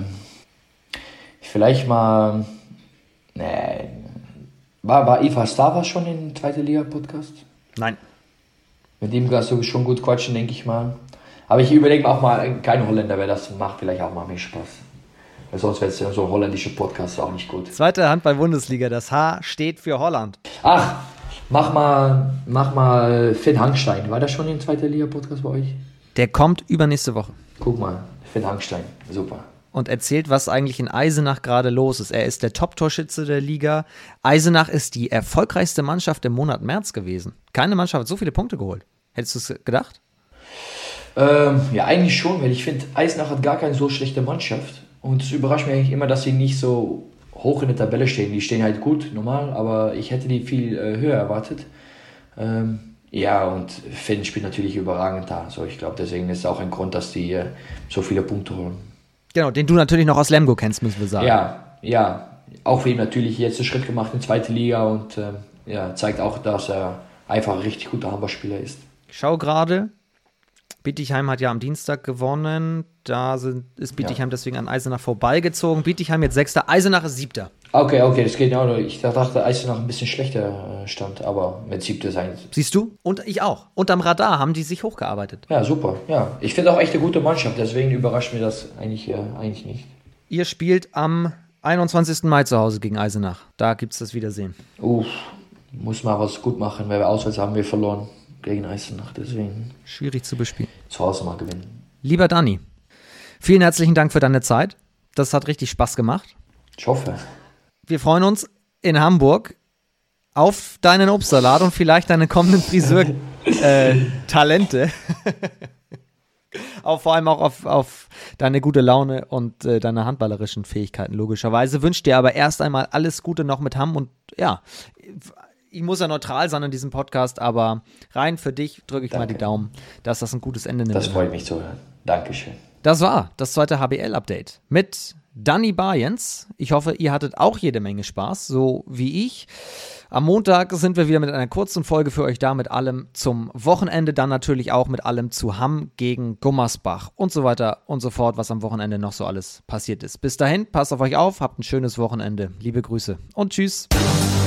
Vielleicht mal. Nee. War, war Ivar Stavas schon in der zweiten Liga-Podcast? Nein. Mit ihm kannst du schon gut quatschen, denke ich mal. Aber ich überlege mir auch mal, kein Holländer, wer das macht, vielleicht auch mal mehr Spaß. Weil sonst wäre es ja so ein holländischer Podcast auch nicht gut. Zweite Handball-Bundesliga, das H steht für Holland. Ach, mach mal, mach mal Finn Hangstein. War der schon in der zweiten Liga-Podcast bei euch? Der kommt übernächste Woche. Guck mal, Finn Hangstein, super. Und erzählt, was eigentlich in Eisenach gerade los ist. Er ist der Top-Torschütze der Liga. Eisenach ist die erfolgreichste Mannschaft im Monat März gewesen. Keine Mannschaft hat so viele Punkte geholt. Hättest du es gedacht? Ähm, ja, eigentlich schon, weil ich finde, Eisenach hat gar keine so schlechte Mannschaft. Und es überrascht mich eigentlich immer, dass sie nicht so hoch in der Tabelle stehen. Die stehen halt gut, normal, aber ich hätte die viel äh, höher erwartet. Ähm, ja, und Finn spielt natürlich überragend da. So, ich glaube, deswegen ist es auch ein Grund, dass die äh, so viele Punkte holen. Genau, den du natürlich noch aus Lemgo kennst, müssen wir sagen. Ja, ja. Auch wie ihm natürlich jetzt einen Schritt gemacht in die zweite Liga und ähm, ja, zeigt auch, dass er einfach ein richtig guter Handballspieler ist. Ich schau gerade, Bietigheim hat ja am Dienstag gewonnen. Da sind, ist Bietigheim ja. deswegen an Eisenach vorbeigezogen. Bietigheim jetzt Sechster, Eisenach ist Siebter. Okay, okay, das geht ja auch. Ich dachte, Eisenach ein bisschen schlechter stand, aber mit Siebter sein. Siehst du? Und ich auch. Unterm Radar haben die sich hochgearbeitet. Ja, super. Ja, ich finde auch echt eine gute Mannschaft, deswegen überrascht mir das eigentlich, äh, eigentlich nicht. Ihr spielt am einundzwanzigsten Mai zu Hause gegen Eisenach. Da gibt es das Wiedersehen. Uff, muss mal was gut machen, weil wir auswärts haben wir verloren gegen Eisenach, deswegen. Schwierig zu bespielen. Zu Hause mal gewinnen. Lieber Dani, vielen herzlichen Dank für deine Zeit. Das hat richtig Spaß gemacht. Ich hoffe. Wir freuen uns in Hamburg auf deinen Obstsalat und vielleicht deine kommenden Friseur-Talente. Äh, auch vor allem auch auf, auf deine gute Laune und äh, deine handballerischen Fähigkeiten, logischerweise. Wünsche dir aber erst einmal alles Gute noch mit Hamm und ja, ich muss ja neutral sein in diesem Podcast, aber rein für dich drücke ich Danke. mal die Daumen, dass das ein gutes Ende nimmt. Das freut mich zu hören. Dankeschön. Das war das zweite H B L-Update mit Dani Barjens. Ich hoffe, ihr hattet auch jede Menge Spaß, so wie ich. Am Montag sind wir wieder mit einer kurzen Folge für euch da, mit allem zum Wochenende, dann natürlich auch mit allem zu Hamm gegen Gummersbach und so weiter und so fort, was am Wochenende noch so alles passiert ist. Bis dahin, passt auf euch auf, habt ein schönes Wochenende. Liebe Grüße und tschüss.